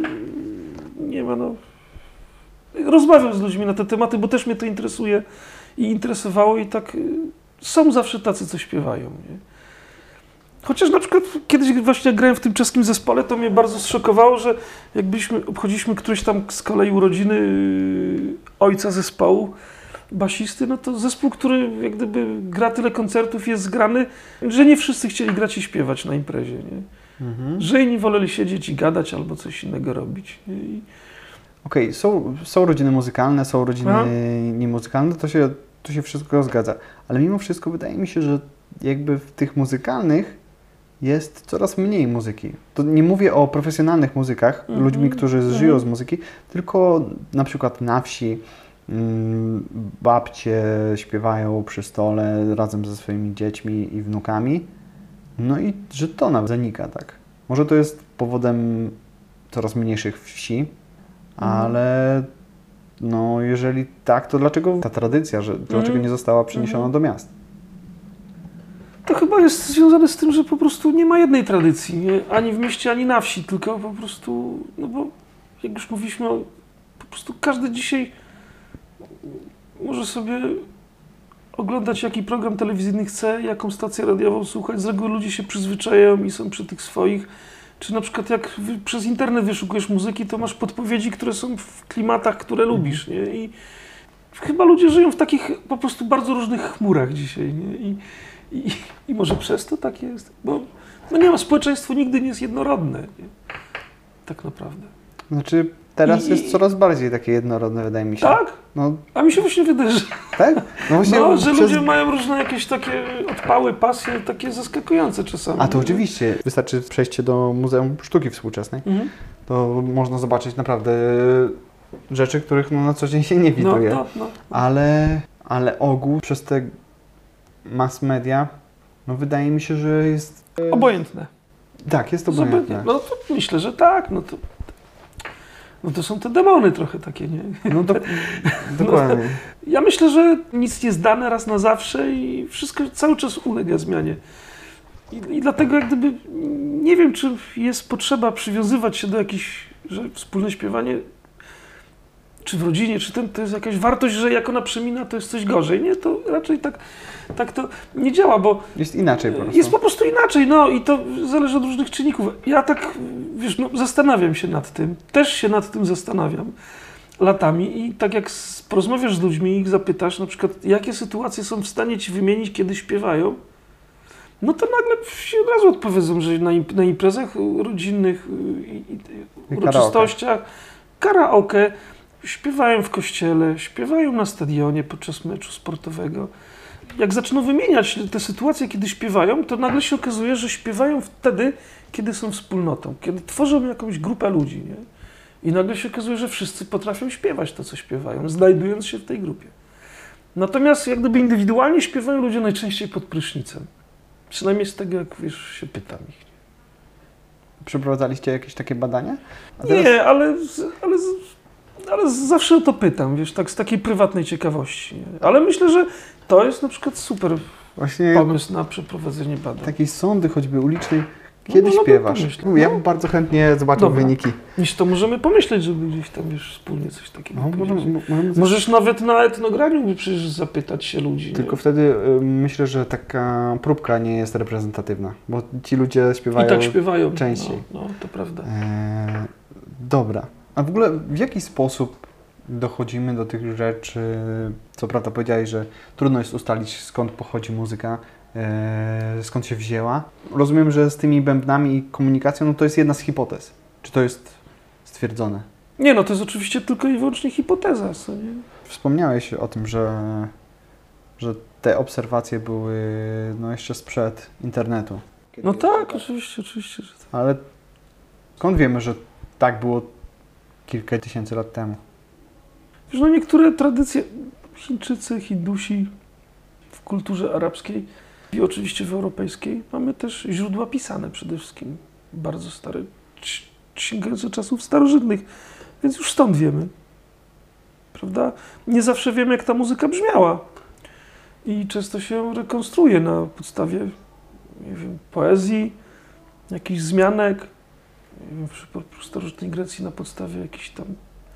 nie ma, no. Rozmawiam z ludźmi na te tematy, bo też mnie to interesuje i interesowało i tak są zawsze tacy, co śpiewają, nie? Chociaż na przykład kiedyś właśnie jak grałem w tym czeskim zespole, to mnie bardzo zszokowało, że jakbyśmy obchodziliśmy któreś tam z kolei urodziny ojca zespołu, basisty, no to zespół, który jak gdyby gra tyle koncertów, jest zgrany, że nie wszyscy chcieli grać i śpiewać na imprezie, nie? Że inni woleli siedzieć i gadać albo coś innego robić. Okej, są rodziny muzykalne, są rodziny niemuzykalne, to się wszystko zgadza. Ale mimo wszystko wydaje mi się, że jakby w tych muzykalnych jest coraz mniej muzyki. To nie mówię o profesjonalnych muzykach, ludźmi, którzy żyją z muzyki, tylko na przykład na wsi babcie śpiewają przy stole razem ze swoimi dziećmi i wnukami. No i że to nawet zanika, tak. Może to jest powodem coraz mniejszych wsi, ale no jeżeli tak, to dlaczego ta tradycja, dlaczego nie została przeniesiona do miast? To chyba jest związane z tym, że po prostu nie ma jednej tradycji, nie? Ani w mieście, ani na wsi, tylko po prostu, no bo jak już mówiliśmy, po prostu każdy dzisiaj może sobie oglądać, jaki program telewizyjny chce, jaką stację radiową słuchać. Z reguły ludzie się przyzwyczajają i są przy tych swoich. Czy na przykład jak przez internet wyszukujesz muzyki, to masz podpowiedzi, które są w klimatach, które lubisz, nie? I chyba ludzie żyją w takich po prostu bardzo różnych chmurach dzisiaj, nie? I może przez to tak jest, bo no nie ma, społeczeństwo nigdy nie jest jednorodne, nie? Tak naprawdę. Znaczy teraz jest coraz bardziej takie jednorodne, wydaje mi się. Tak? No. A mi się właśnie wydaje, że, tak? No właśnie że ludzie mają różne jakieś takie odpały, pasje, takie zaskakujące czasami. A to oczywiście. Wystarczy przejście do Muzeum Sztuki Współczesnej. To można zobaczyć naprawdę rzeczy, których no, na co dzień się nie widuje. Ale ogół przez te mass media, no wydaje mi się, że jest... obojętne. Tak, jest obojętne. No to myślę, że tak. No to są te demony trochę takie, nie? No dokładnie. No, ja myślę, że nic nie jest dane raz na zawsze i wszystko cały czas ulega zmianie. I dlatego jak gdyby nie wiem, czy jest potrzeba przywiązywać się do jakichś, że wspólne śpiewanie czy w rodzinie, czy to jest jakaś wartość, że jak ona przemina, to jest coś gorzej. Nie, to raczej tak to nie działa, bo... Jest inaczej po prostu. Jest po prostu inaczej, no i to zależy od różnych czynników. Ja tak, wiesz, no, zastanawiam się nad tym, też się nad tym zastanawiam latami i tak jak porozmawiasz z ludźmi i ich zapytasz, na przykład, jakie sytuacje są w stanie ci wymienić, kiedy śpiewają, no to nagle się od razu odpowiedzą, że na imprezach rodzinnych i uroczystościach, karaoke, śpiewają w kościele, śpiewają na stadionie podczas meczu sportowego. Jak zaczną wymieniać te sytuacje, kiedy śpiewają, to nagle się okazuje, że śpiewają wtedy, kiedy są wspólnotą, kiedy tworzą jakąś grupę ludzi, nie? I nagle się okazuje, że wszyscy potrafią śpiewać to, co śpiewają, znajdując się w tej grupie. Natomiast jak gdyby indywidualnie śpiewają ludzie najczęściej pod prysznicem. Przynajmniej z tego, jak wiesz, się pytam ich. Przeprowadzaliście jakieś takie badania? Teraz... Nie, ale zawsze o to pytam, wiesz, tak z takiej prywatnej ciekawości. Nie? Ale myślę, że to jest na przykład super pomysł na przeprowadzenie badań. Takiej sondy choćby ulicznej, kiedy śpiewasz? Ja bym bardzo chętnie zobaczył wyniki. Niż to możemy pomyśleć, żeby gdzieś tam wiesz, wspólnie coś takiego możesz nawet na etnogranium przecież zapytać się ludzi. Tylko wtedy myślę, że taka próbka nie jest reprezentatywna, bo ci ludzie śpiewają i tak śpiewają częściej. No, to prawda. Dobra. A w ogóle w jaki sposób dochodzimy do tych rzeczy? Co prawda powiedziałeś, że trudno jest ustalić, skąd pochodzi muzyka, skąd się wzięła. Rozumiem, że z tymi bębnami i komunikacją, no to jest jedna z hipotez. Czy to jest stwierdzone? Nie, no to jest oczywiście tylko i wyłącznie hipoteza. Co nie? Wspomniałeś o tym, że te obserwacje były no, jeszcze sprzed internetu. No tak, oczywiście, że tak. Ale skąd wiemy, że tak było kilka tysięcy lat temu? Wiesz, no niektóre tradycje, Chińczycy, Hindusi w kulturze arabskiej I oczywiście w europejskiej mamy też źródła pisane przede wszystkim, bardzo stare, sięgające czasów starożytnych, więc już stąd wiemy, prawda? Nie zawsze wiemy, jak ta muzyka brzmiała i często się rekonstruuje na podstawie, nie wiem, poezji, jakichś zmianek, nie wiem, w starożytnej Grecji na podstawie jakichś tam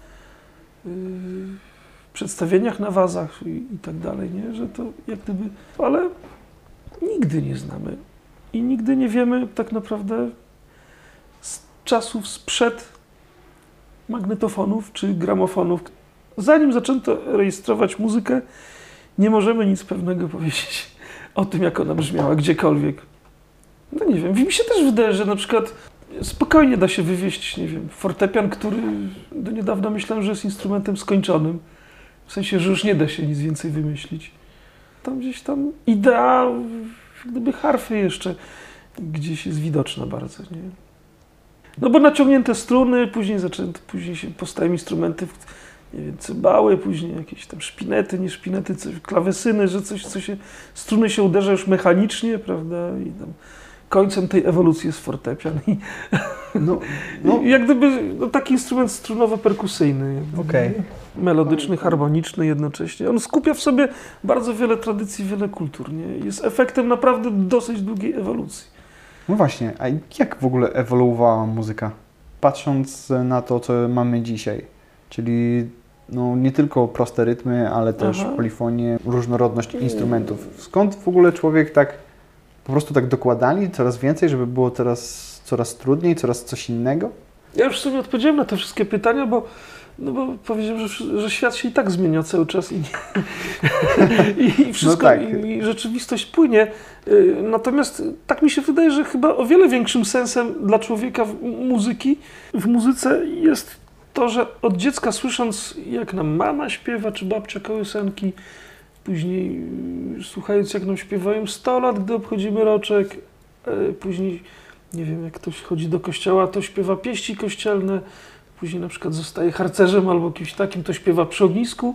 przedstawieniach na wazach i tak dalej, nie? Że to jak gdyby, ale nigdy nie znamy i nigdy nie wiemy tak naprawdę z czasów sprzed magnetofonów czy gramofonów. Zanim zaczęto rejestrować muzykę, nie możemy nic pewnego powiedzieć o tym, jak ona brzmiała gdziekolwiek. No nie wiem, mi się też wydaje, że na przykład spokojnie da się wywieźć, nie wiem, fortepian, który do niedawna myślałem, że jest instrumentem skończonym. W sensie, że już nie da się nic więcej wymyślić. Tam gdzieś tam idea, gdyby harfy jeszcze gdzieś jest widoczna bardzo, nie? No bo naciągnięte struny, później się powstają instrumenty, nie wiem, cymbały, później jakieś tam szpinety, nie szpinety, klawesyny, że struny się uderza już mechanicznie, prawda? I tam końcem tej ewolucji jest fortepian. I jak gdyby taki instrument strunowo-perkusyjny. Okej. Melodyczny, harmoniczny jednocześnie. On skupia w sobie bardzo wiele tradycji, wiele kultur. Nie? Jest efektem naprawdę dosyć długiej ewolucji. No właśnie, a jak w ogóle ewoluowała muzyka? Patrząc na to, co mamy dzisiaj, czyli no, nie tylko proste rytmy, ale też polifonię, różnorodność instrumentów. Skąd w ogóle człowiek tak po prostu tak dokładali coraz więcej, żeby było coraz trudniej, coraz coś innego? Ja już sobie odpowiedziałem na te wszystkie pytania, bo powiedziałem, że świat się i tak zmienia cały czas i wszystko, no tak. i rzeczywistość płynie. Natomiast tak mi się wydaje, że chyba o wiele większym sensem dla człowieka w muzyce jest to, że od dziecka słysząc, jak nam mama śpiewa, czy babcia kołysanki, później słuchając, jak nam śpiewają 100 lat, gdy obchodzimy roczek, później, nie wiem, jak ktoś chodzi do kościoła, to śpiewa pieści kościelne, później na przykład zostaje harcerzem albo kimś takim, to śpiewa przy ognisku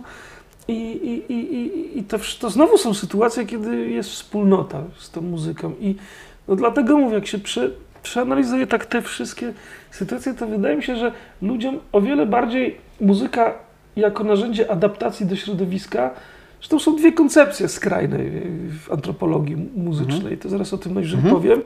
i to znowu są sytuacje, kiedy jest wspólnota z tą muzyką i no dlatego mówię, jak się przeanalizuje tak te wszystkie sytuacje, to wydaje mi się, że ludziom o wiele bardziej muzyka jako narzędzie adaptacji do środowiska. Zresztą są dwie koncepcje skrajne w antropologii muzycznej, to zaraz o tym najwyżej powiem,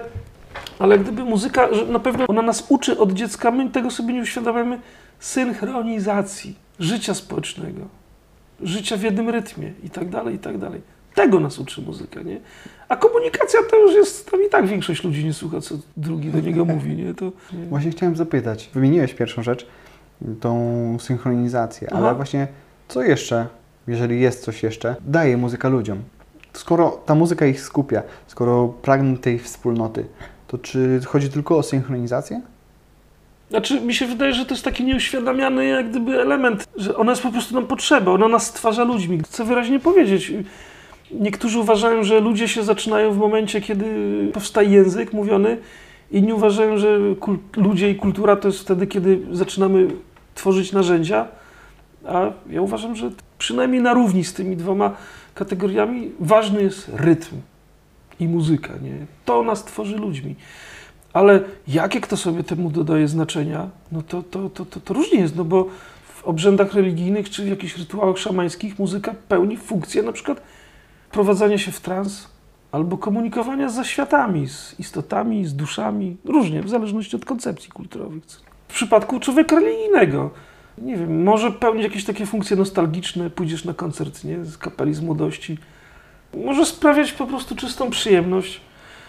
ale gdyby muzyka, że na pewno ona nas uczy od dziecka, my tego sobie nie uświadamiamy, synchronizacji życia społecznego, życia w jednym rytmie i tak dalej, i tak dalej. Tego nas uczy muzyka, nie? A komunikacja to już jest, tam i tak większość ludzi nie słucha, co drugi do niego mówi, nie? Nie. Właśnie chciałem zapytać, wymieniłeś pierwszą rzecz, tą synchronizację, ale właśnie co jeszcze, jeżeli jest coś jeszcze, daje muzyka ludziom? Skoro ta muzyka ich skupia, skoro pragną tej wspólnoty, to czy chodzi tylko o synchronizację? Znaczy, mi się wydaje, że to jest taki nieuświadamiany jak gdyby element, że ona jest po prostu nam potrzeba, ona nas stwarza ludźmi. Chcę wyraźnie powiedzieć, niektórzy uważają, że ludzie się zaczynają w momencie, kiedy powstaje język mówiony, inni uważają, że ludzie i kultura to jest wtedy, kiedy zaczynamy tworzyć narzędzia, a ja uważam, że przynajmniej na równi z tymi dwoma kategoriami ważny jest rytm i muzyka, nie? To nas tworzy ludźmi. Ale jakie kto sobie temu dodaje znaczenia, no to różnie jest, no bo w obrzędach religijnych czy w jakichś rytuałach szamańskich muzyka pełni funkcję na przykład wprowadzania się w trans albo komunikowania z zaświatami, z istotami, z duszami, różnie, w zależności od koncepcji kulturowych. W przypadku człowieka religijnego, nie wiem, może pełnić jakieś takie funkcje nostalgiczne, pójdziesz na koncert, nie, z kapeli z młodości. Może sprawiać po prostu czystą przyjemność.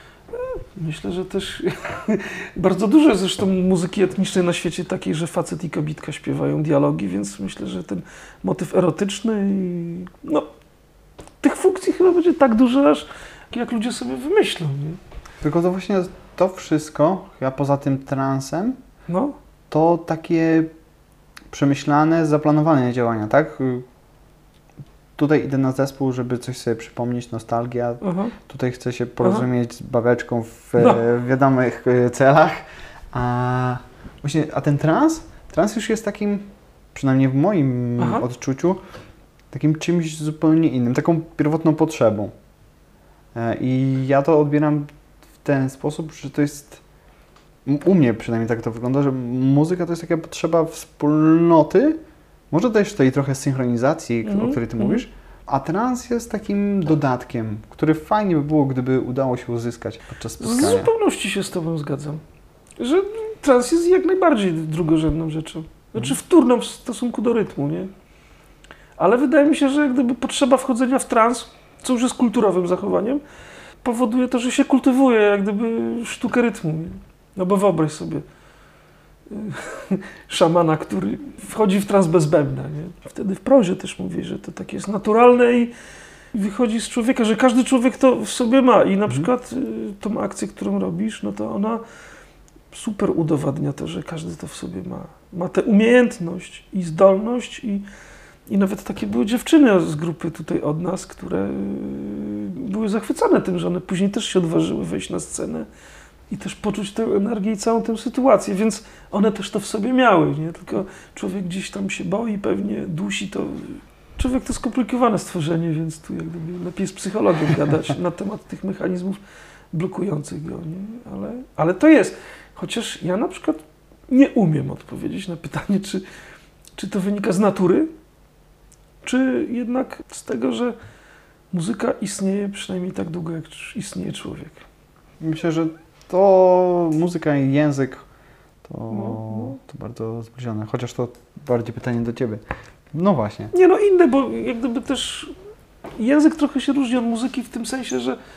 Myślę, że też bardzo dużo jest zresztą muzyki etnicznej na świecie takiej, że facet i kobitka śpiewają dialogi, więc myślę, że ten motyw erotyczny i no, tych funkcji chyba będzie tak dużo, aż jak ludzie sobie wymyślą. Nie? Tylko to właśnie to wszystko, chyba poza tym transem, no. To takie przemyślane, zaplanowane działania, tak? Tutaj idę na zespół, żeby coś sobie przypomnieć, nostalgia. Tutaj chcę się porozumieć z babeczką w wiadomych celach. A ten trans już jest takim, przynajmniej w moim odczuciu, takim czymś zupełnie innym, taką pierwotną potrzebą. I ja to odbieram w ten sposób, że to jest, u mnie przynajmniej tak to wygląda, że muzyka to jest taka potrzeba wspólnoty, może też tej trochę synchronizacji, o której ty mówisz, a trans jest takim dodatkiem, który fajnie by było, gdyby udało się uzyskać podczas spotkania. W zupełności się z tobą zgadzam, że trans jest jak najbardziej drugorzędną rzeczą. Znaczy wtórną w stosunku do rytmu, nie? Ale wydaje mi się, że jak gdyby potrzeba wchodzenia w trans, co już jest kulturowym zachowaniem, powoduje to, że się kultywuje jak gdyby sztukę rytmu. Nie? No bo wyobraź sobie szamana, który wchodzi w trans bez bębna. Nie? Wtedy w prozie też mówię, że to takie jest naturalne i wychodzi z człowieka, że każdy człowiek to w sobie ma. I na przykład tą akcję, którą robisz, no to ona super udowadnia to, że każdy to w sobie ma. Ma tę umiejętność i zdolność i nawet takie były dziewczyny z grupy tutaj od nas, które były zachwycone tym, że one później też się odważyły wejść na scenę i też poczuć tę energię i całą tę sytuację, więc one też to w sobie miały, nie? Tylko człowiek gdzieś tam się boi, pewnie dusi to. Człowiek to skomplikowane stworzenie, więc tu jak gdyby lepiej z psychologiem gadać na temat tych mechanizmów blokujących go, nie? Ale to jest. Chociaż ja na przykład nie umiem odpowiedzieć na pytanie, czy to wynika z natury, czy jednak z tego, że muzyka istnieje przynajmniej tak długo, jak istnieje człowiek. Myślę, że to muzyka i język to bardzo zbliżone, chociaż to bardziej pytanie do ciebie. No właśnie. Nie, no inne, bo jak gdyby też język trochę się różni od muzyki w tym sensie,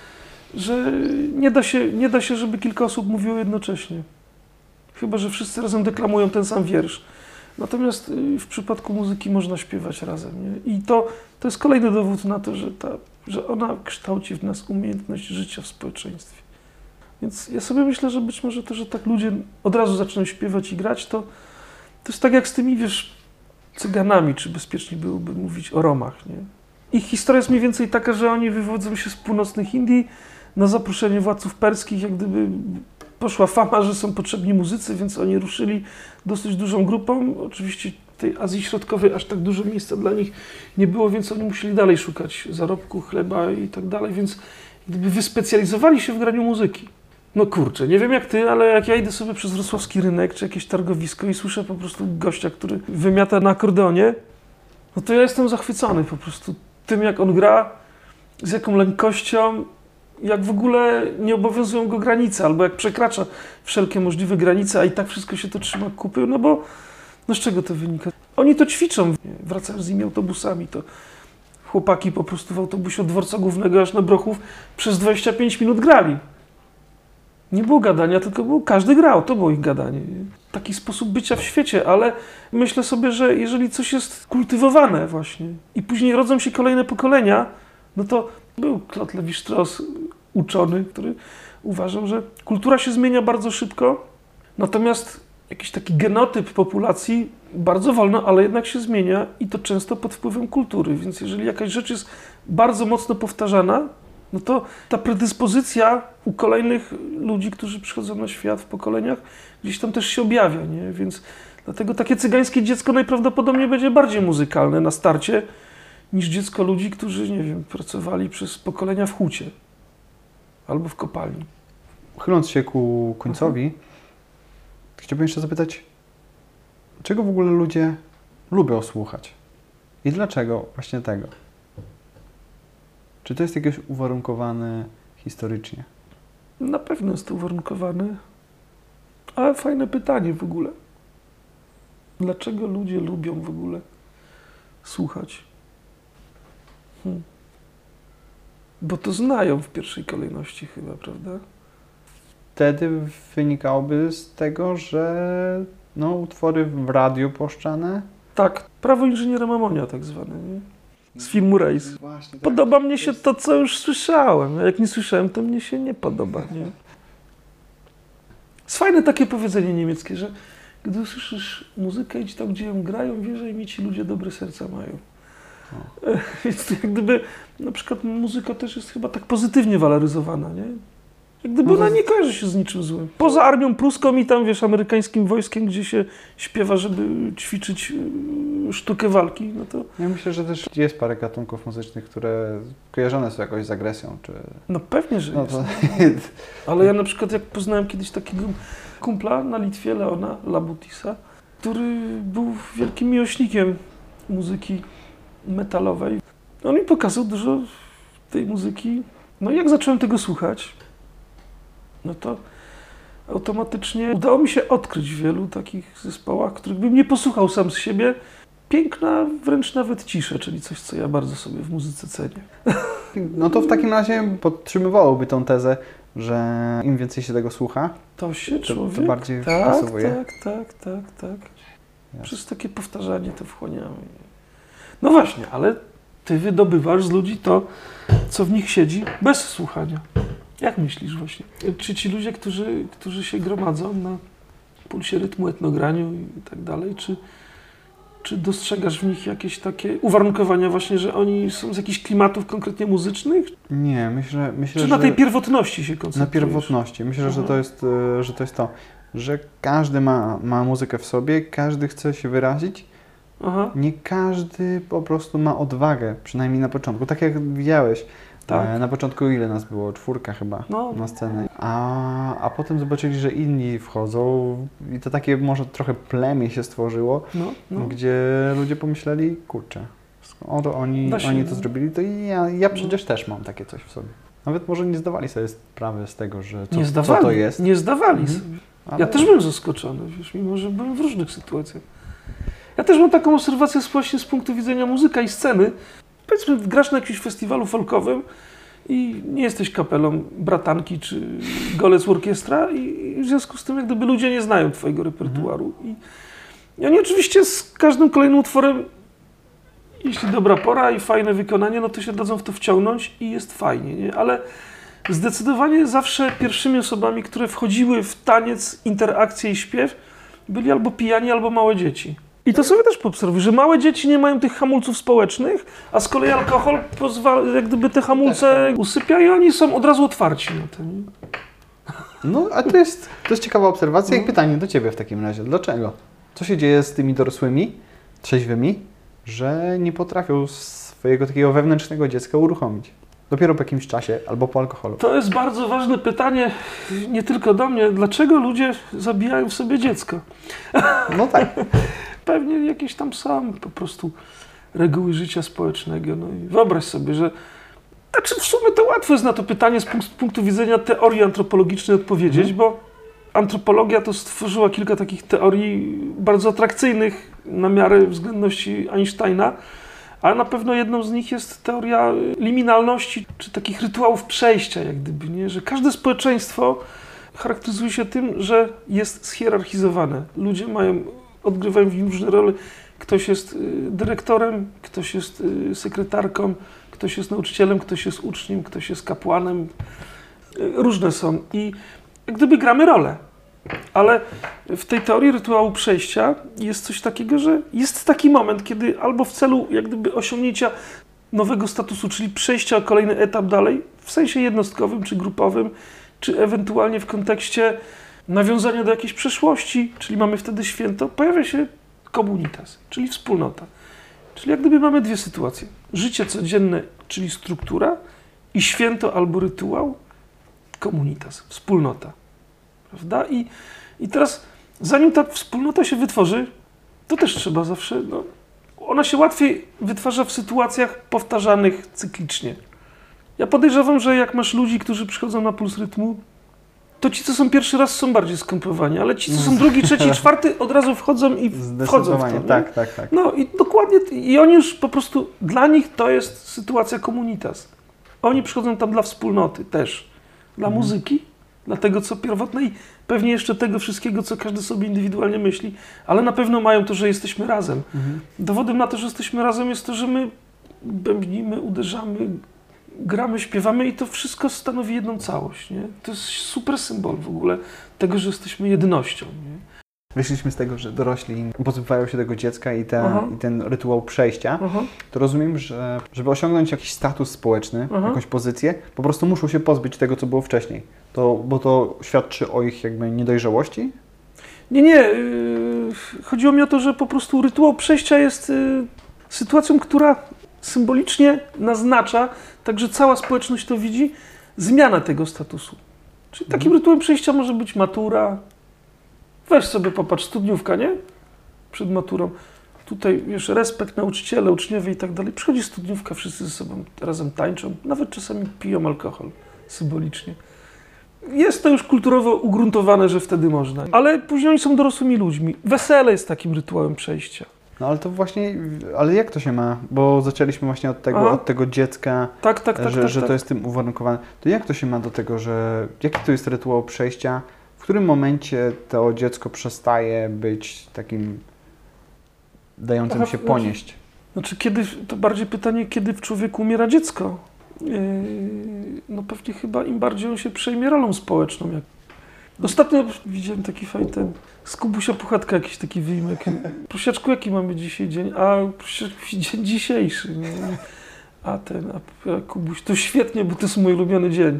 że nie da się, żeby kilka osób mówiło jednocześnie. Chyba że wszyscy razem deklamują ten sam wiersz. Natomiast w przypadku muzyki można śpiewać razem. Nie? I to jest kolejny dowód na to, że ona kształci w nas umiejętność życia w społeczeństwie. Więc ja sobie myślę, że być może to, że tak ludzie od razu zaczną śpiewać i grać, to jest tak jak z tymi, wiesz, Cyganami, czy bezpiecznie byłoby mówić o Romach. Nie? Ich historia jest mniej więcej taka, że oni wywodzą się z północnych Indii. Na zaproszenie władców perskich, jak gdyby poszła fama, że są potrzebni muzycy, więc oni ruszyli dosyć dużą grupą. Oczywiście w tej Azji Środkowej aż tak dużo miejsca dla nich nie było, więc oni musieli dalej szukać zarobku, chleba i tak dalej, więc gdyby wyspecjalizowali się w graniu muzyki. No kurczę, nie wiem jak ty, ale jak ja idę sobie przez wrocławski rynek czy jakieś targowisko i słyszę po prostu gościa, który wymiata na akordeonie, no to ja jestem zachwycony po prostu tym, jak on gra, z jaką lekkością, jak w ogóle nie obowiązują go granice, albo jak przekracza wszelkie możliwe granice, a i tak wszystko się to trzyma kupy, no bo z czego to wynika? Oni to ćwiczą, wracają z nimi autobusami, to chłopaki po prostu w autobusie od dworca głównego aż na Brochów przez 25 minut grali. Nie było gadania, tylko każdy grał, to było ich gadanie. Taki sposób bycia w świecie, ale myślę sobie, że jeżeli coś jest kultywowane właśnie i później rodzą się kolejne pokolenia, no to był Claude Lévi-Strauss, uczony, który uważał, że kultura się zmienia bardzo szybko, natomiast jakiś taki genotyp populacji bardzo wolno, ale jednak się zmienia i to często pod wpływem kultury, więc jeżeli jakaś rzecz jest bardzo mocno powtarzana, no to ta predyspozycja u kolejnych ludzi, którzy przychodzą na świat w pokoleniach, gdzieś tam też się objawia, nie? Więc dlatego takie cygańskie dziecko najprawdopodobniej będzie bardziej muzykalne na starcie, niż dziecko ludzi, którzy, nie wiem, pracowali przez pokolenia w hucie albo w kopalni. Chyląc się ku końcowi, chciałbym jeszcze zapytać, czego w ogóle ludzie lubią słuchać? I dlaczego właśnie tego? Czy to jest jakieś uwarunkowane historycznie? Na pewno jest to uwarunkowane, ale fajne pytanie w ogóle. Dlaczego ludzie lubią w ogóle słuchać? Bo to znają w pierwszej kolejności chyba, prawda? Wtedy wynikałoby z tego, że utwory w radiu puszczane? Tak, prawo inżyniera Mamonia tak zwane, nie? Z filmu Rejs. Właśnie, tak. Podoba mnie się to, co już słyszałem, a jak nie słyszałem, to mnie się nie podoba, nie? Jest fajne takie powiedzenie niemieckie, że gdy usłyszysz muzykę, idź tam, gdzie ją grają, wierzaj mi, ci ludzie dobre serca mają. Więc to jak gdyby, na przykład muzyka też jest chyba tak pozytywnie waloryzowana, nie? Jak gdyby ona nie kojarzy się z niczym złym. Poza armią pruską i tam, wiesz, amerykańskim wojskiem, gdzie się śpiewa, żeby ćwiczyć sztukę walki, no to... Ja myślę, że też jest parę gatunków muzycznych, które kojarzone są jakoś z agresją, czy... No pewnie, że jest. To... Ale ja na przykład jak poznałem kiedyś takiego kumpla na Litwie, Leona Labutisa, który był wielkim miłośnikiem muzyki metalowej. On mi pokazał dużo tej muzyki. No i jak zacząłem tego słuchać, no to automatycznie udało mi się odkryć w wielu takich zespołach, których bym nie posłuchał sam z siebie. Piękna, wręcz nawet cisza, czyli coś, co ja bardzo sobie w muzyce cenię. No to w takim razie podtrzymywałoby tą tezę, że im więcej się tego słucha, to się to człowiek... bardziej wpasowuje. Tak. Przez takie powtarzanie to wchłaniamy. No właśnie, ale ty wydobywasz z ludzi to, co w nich siedzi, bez słuchania. Jak myślisz właśnie? Czy ci ludzie, którzy się gromadzą na pulsie rytmu, etnograniu i tak dalej, czy dostrzegasz w nich jakieś takie uwarunkowania właśnie, że oni są z jakichś klimatów konkretnie muzycznych? Nie, myślę, czy na tej pierwotności się koncentrujesz? Na pierwotności. Myślę, że to jest to, że każdy ma muzykę w sobie, każdy chce się wyrazić. Aha. Nie każdy po prostu ma odwagę, przynajmniej na początku. Tak jak widziałeś, tak. Na początku ile nas było? 4 chyba na scenę. A potem zobaczyli, że inni wchodzą i to takie może trochę plemię się stworzyło, gdzie ludzie pomyśleli, kurczę, oto oni to zrobili, to ja przecież też mam takie coś w sobie. Nawet może nie zdawali sobie sprawy z tego, że co to jest. Nie zdawali sobie. Ale... Ja też byłem zaskoczony, wiesz, mimo że byłem w różnych sytuacjach. Ja też mam taką obserwację właśnie z punktu widzenia muzyka i sceny. Powiedzmy, grasz na jakimś festiwalu folkowym i nie jesteś kapelą Bratanki czy Golec Orkiestra i w związku z tym jak gdyby ludzie nie znają twojego repertuaru. I oni oczywiście z każdym kolejnym utworem, jeśli dobra pora i fajne wykonanie, no to się dadzą w to wciągnąć i jest fajnie, nie? Ale zdecydowanie zawsze pierwszymi osobami, które wchodziły w taniec, interakcję i śpiew, byli albo pijani, albo małe dzieci. I to sobie też poobserwuj, że małe dzieci nie mają tych hamulców społecznych, a z kolei alkohol jak gdyby te hamulce usypia i oni są od razu otwarci na tym. No, a to jest ciekawa obserwacja i pytanie do Ciebie w takim razie. Dlaczego? Co się dzieje z tymi dorosłymi, trzeźwymi, że nie potrafią swojego takiego wewnętrznego dziecka uruchomić? Dopiero po jakimś czasie albo po alkoholu. To jest bardzo ważne pytanie, nie tylko do mnie. Dlaczego ludzie zabijają w sobie dziecko? No tak. Pewnie jakieś tam są po prostu reguły życia społecznego. No i wyobraź sobie, że... Znaczy w sumie to łatwo jest na to pytanie z punktu widzenia teorii antropologicznej odpowiedzieć, bo antropologia to stworzyła kilka takich teorii bardzo atrakcyjnych na miarę względności Einsteina, ale na pewno jedną z nich jest teoria liminalności, czy takich rytuałów przejścia, jak gdyby, nie? Że każde społeczeństwo charakteryzuje się tym, że jest schierarchizowane. Ludzie odgrywają w nim różne role. Ktoś jest dyrektorem, ktoś jest sekretarką, ktoś jest nauczycielem, ktoś jest uczniem, ktoś jest kapłanem. Różne są i jak gdyby gramy rolę. Ale w tej teorii rytuału przejścia jest coś takiego, że jest taki moment, kiedy albo w celu jak gdyby osiągnięcia nowego statusu, czyli przejścia o kolejny etap dalej, w sensie jednostkowym czy grupowym, czy ewentualnie w kontekście nawiązania do jakiejś przeszłości, czyli mamy wtedy święto, pojawia się communitas, czyli wspólnota. Czyli jak gdyby mamy dwie sytuacje. Życie codzienne, czyli struktura i święto albo rytuał, communitas, wspólnota. Prawda? I teraz, zanim ta wspólnota się wytworzy, to też trzeba zawsze, ona się łatwiej wytwarza w sytuacjach powtarzanych cyklicznie. Ja podejrzewam, że jak masz ludzi, którzy przychodzą na puls rytmu, to ci, co są pierwszy raz, są bardziej skompowani, ale ci, co są drugi, trzeci, czwarty, od razu wchodzą i wchodzą w to. Tak. No i dokładnie, i oni już po prostu, dla nich to jest sytuacja communitas. Oni przychodzą tam dla wspólnoty też, dla muzyki, dla tego, co pierwotne i pewnie jeszcze tego wszystkiego, co każdy sobie indywidualnie myśli, ale na pewno mają to, że jesteśmy razem. Dowodem na to, że jesteśmy razem jest to, że my bębnimy, uderzamy, gramy, śpiewamy i to wszystko stanowi jedną całość. Nie? To jest super symbol w ogóle tego, że jesteśmy jednością. Nie? Wyszliśmy z tego, że dorośli pozbywają się tego dziecka i ten rytuał przejścia, to rozumiem, że żeby osiągnąć jakiś status społeczny, jakąś pozycję, po prostu muszą się pozbyć tego, co było wcześniej. Bo to świadczy o ich jakby niedojrzałości? Nie. Chodziło mi o to, że po prostu rytuał przejścia jest sytuacją, która symbolicznie naznacza, także cała społeczność to widzi, zmianę tego statusu. Czyli takim rytuałem przejścia może być matura. Weź sobie popatrz, studniówka, nie? Przed maturą. Tutaj, wiesz, respekt, nauczyciele, uczniowie i tak dalej. Przychodzi studniówka, wszyscy ze sobą razem tańczą, nawet czasami piją alkohol, symbolicznie. Jest to już kulturowo ugruntowane, że wtedy można. Ale później oni są dorosłymi ludźmi. Wesele jest takim rytuałem przejścia. No ale to właśnie, ale jak to się ma? Bo zaczęliśmy właśnie od tego dziecka, że to jest tym uwarunkowane. To jak to się ma do tego, że jaki to jest rytuał przejścia? W którym momencie to dziecko przestaje być takim dającym się ponieść? Znaczy, kiedy, to bardziej pytanie, kiedy w człowieku umiera dziecko? No pewnie chyba im bardziej on się przejmie rolą społeczną. Ostatnio widziałem taki fajny z Kubusia Puchatka jakiś taki wyjmek. Prosiaczku, jaki mamy dzisiaj dzień? A dzień dzisiejszy. Nie? A Kubuś, to świetnie, bo to jest mój ulubiony dzień.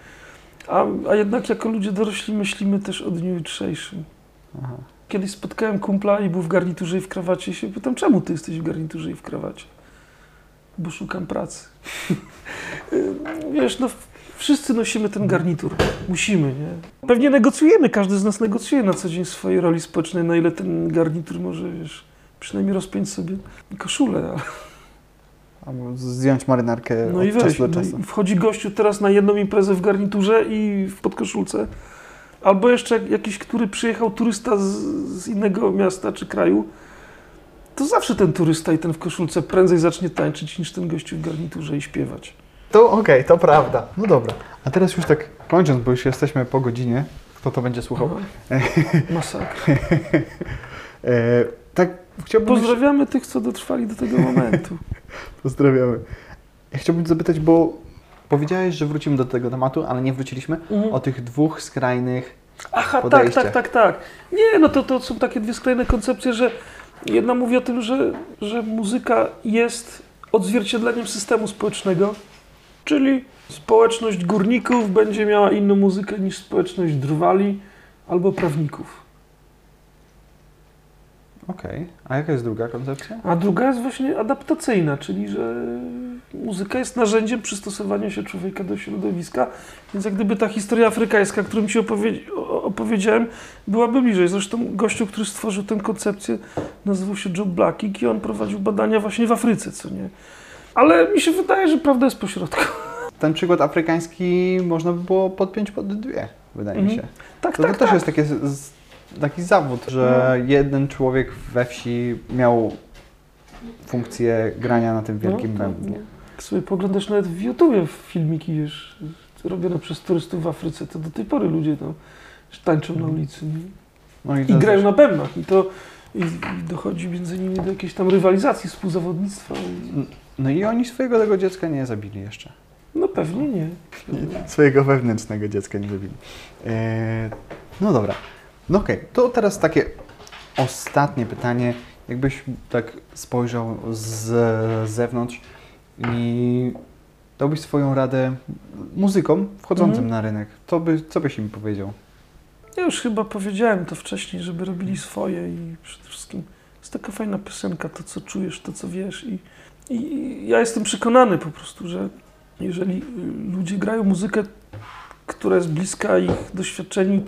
A jednak jako ludzie dorośli myślimy też o dniu jutrzejszym. Aha. Kiedyś spotkałem kumpla i był w garniturze i w krawacie i się pytam, czemu ty jesteś w garniturze i w krawacie? Bo szukam pracy. Wiesz, no wszyscy nosimy ten garnitur. Musimy, nie? Pewnie negocjujemy, każdy z nas negocjuje na co dzień swojej roli społecznej, na ile ten garnitur może, wiesz, przynajmniej rozpiąć sobie koszulę. Albo zdjąć marynarkę no od i weź, czasu do czasu. No wchodzi gościu teraz na jedną imprezę w garniturze i w podkoszulce. Albo jeszcze jakiś, który przyjechał turysta z innego miasta czy kraju, to zawsze ten turysta i ten w koszulce prędzej zacznie tańczyć niż ten gościu w garniturze i śpiewać. To okej, to prawda. No dobra. A teraz już tak kończąc, bo już jesteśmy po godzinie. Kto to będzie słuchał? Masakra. Tak, chciałbym... Pozdrawiamy tych, co dotrwali do tego momentu. Pozdrawiamy. Ja chciałbym zapytać, bo powiedziałeś, że wrócimy do tego tematu, ale nie wróciliśmy o tych dwóch skrajnych podejściach. Tak. Nie, no to są takie dwie skrajne koncepcje, że jedna mówi o tym, że muzyka jest odzwierciedleniem systemu społecznego, czyli społeczność górników będzie miała inną muzykę niż społeczność drwali albo prawników. Okej. A jaka jest druga koncepcja? A druga jest właśnie adaptacyjna, czyli że muzyka jest narzędziem przystosowania się człowieka do środowiska, więc jak gdyby ta historia afrykańska, którą Ci opowiedziałem, byłaby bliżej. Zresztą gościu, który stworzył tę koncepcję, nazywał się Joe Blackig i on prowadził badania właśnie w Afryce, co nie? Ale mi się wydaje, że prawda jest pośrodku. Ten przykład afrykański można by było podpiąć pod dwie, wydaje mi się. To też jest taki zawód, że jeden człowiek we wsi miał funkcję grania na tym wielkim bębnie. Jak sobie poglądasz nawet w YouTubie filmiki, wiesz, robione przez turystów w Afryce, to do tej pory ludzie tam tańczą na ulicy i grają na bębnach. I dochodzi między nimi do jakiejś tam rywalizacji, współzawodnictwa. No i oni swojego tego dziecka nie zabili jeszcze. No pewnie nie. Swojego wewnętrznego dziecka nie zabili. No dobra. No okej, to teraz takie ostatnie pytanie. Jakbyś tak spojrzał z zewnątrz i dałbyś swoją radę muzykom wchodzącym na rynek, co byś im powiedział? Ja już chyba powiedziałem to wcześniej, żeby robili swoje i przede wszystkim jest taka fajna piosenka, to co czujesz, to co wiesz i ja jestem przekonany po prostu, że jeżeli ludzie grają muzykę, która jest bliska ich doświadczeniu,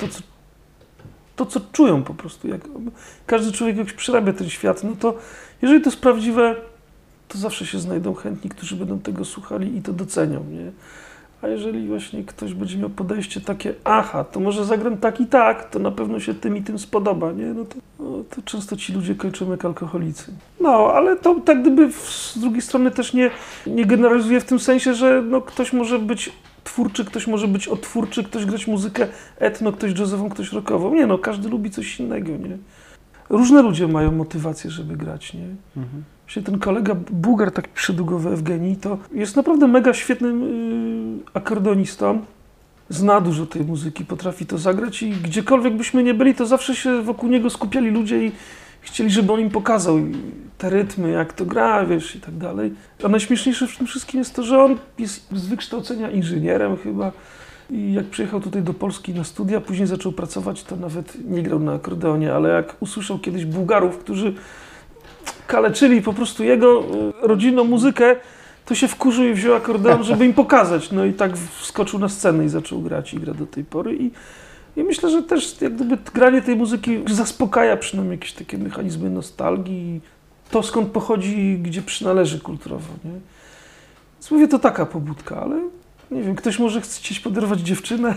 to co czują po prostu, jak każdy człowiek jakoś przerabia ten świat, no to jeżeli to jest prawdziwe, to zawsze się znajdą chętni, którzy będą tego słuchali i to docenią, nie? A jeżeli właśnie ktoś będzie miał podejście takie, to może zagram tak i tak, to na pewno się tym i tym spodoba, nie? No to często ci ludzie kończą jak alkoholicy. No, ale to tak gdyby z drugiej strony też nie generalizuje w tym sensie, że no, ktoś może być twórczy, ktoś może być odtwórczy, ktoś grać muzykę etno, ktoś jazzową, ktoś rockową. Nie no, każdy lubi coś innego, nie? Różne ludzie mają motywację, żeby grać, nie? Właśnie ten kolega Bułgar, tak przydługowy Ewgenii, to jest naprawdę mega świetnym akordeonistą. Zna dużo tej muzyki, potrafi to zagrać i gdziekolwiek byśmy nie byli, to zawsze się wokół niego skupiali ludzie i chcieli, żeby on im pokazał te rytmy, jak to gra, wiesz, i tak dalej. A najśmieszniejsze w tym wszystkim jest to, że on jest z wykształcenia inżynierem chyba I jak przyjechał tutaj do Polski na studia, później zaczął pracować, to nawet nie grał na akordeonie, ale jak usłyszał kiedyś Bułgarów, którzy kaleczyli po prostu jego rodzinną muzykę, to się wkurzył i wziął akordeon, żeby im pokazać. No i tak wskoczył na scenę i zaczął grać i gra do tej pory. I myślę, że też jak gdyby granie tej muzyki zaspokaja przynajmniej jakieś takie mechanizmy nostalgii. To skąd pochodzi, gdzie przynależy kulturowo, nie? Więc mówię, to taka pobudka, ale nie wiem, ktoś może chce gdzieś poderwać dziewczynę.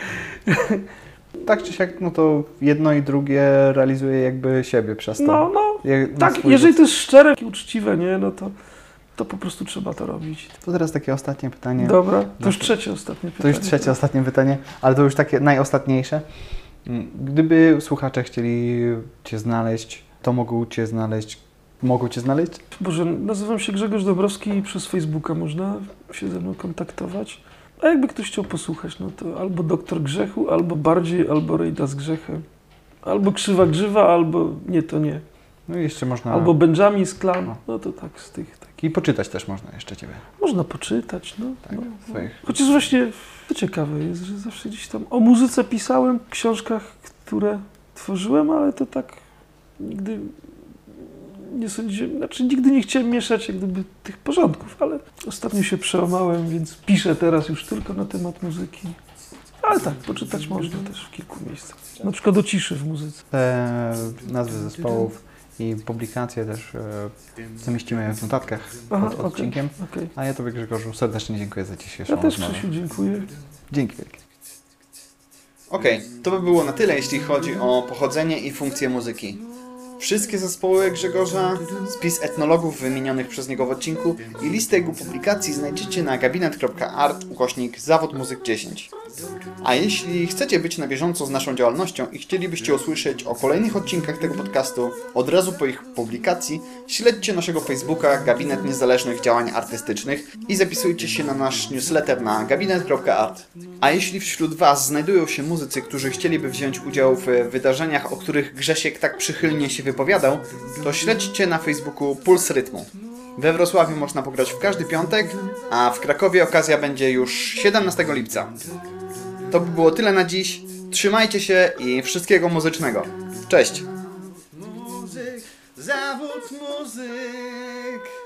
Tak czy siak, no to jedno i drugie realizuje jakby siebie przez to. Tak, jeżeli to jest szczere i uczciwe, nie, no to po prostu trzeba to robić. To teraz takie ostatnie pytanie. Dobra, to już trzecie ostatnie pytanie. To już trzecie ostatnie pytanie, ale to już takie najostatniejsze. Gdyby słuchacze chcieli Cię znaleźć, to mogą Cię znaleźć? Boże, nazywam się Grzegorz Dąbrowski i przez Facebooka można się ze mną kontaktować. A jakby ktoś chciał posłuchać, no to albo Doktor Grzechu, albo Bardziej, albo Rejda z Grzechem. Albo Krzywa Grzywa, albo Nie to nie. No i jeszcze można... Albo Benjamin z Klan, no to tak z tych. Tak. I poczytać też można jeszcze Ciebie. Można poczytać, no. Tak, swoich. Chociaż właśnie to ciekawe jest, że zawsze gdzieś tam o muzyce pisałem w książkach, które tworzyłem, ale to tak nigdy nie sądziłem, znaczy nigdy nie chciałem mieszać jak gdyby tych porządków, ale ostatnio się przełamałem, więc piszę teraz już tylko na temat muzyki. Ale tak, poczytać można też w kilku miejscach. Na przykład o ciszy w muzyce. Te nazwy zespołów i publikacje też zamieścimy w notatkach pod odcinkiem. Okay. A ja Tobie, Grzegorzu, serdecznie dziękuję za dzisiejszą rozmowę. Ja też, rozmowę. Krzysiu, dziękuję. Dzięki wielkie. Okej, to by było na tyle, jeśli chodzi o pochodzenie i funkcję muzyki. Wszystkie zespoły Grzegorza, spis etnologów wymienionych przez niego w odcinku i listę jego publikacji znajdziecie na gabinet.art/zawód muzyk 10. A jeśli chcecie być na bieżąco z naszą działalnością i chcielibyście usłyszeć o kolejnych odcinkach tego podcastu od razu po ich publikacji, śledźcie naszego Facebooka Gabinet Niezależnych Działań Artystycznych i zapisujcie się na nasz newsletter na gabinet.art. A jeśli wśród Was znajdują się muzycy, którzy chcieliby wziąć udział w wydarzeniach, o których Grzesiek tak przychylnie się wypowiadał, to śledźcie na Facebooku Puls Rytmu. We Wrocławiu można pograć w każdy piątek, a w Krakowie okazja będzie już 17 lipca. To by było tyle na dziś. Trzymajcie się i wszystkiego muzycznego. Cześć! Zawód muzyk.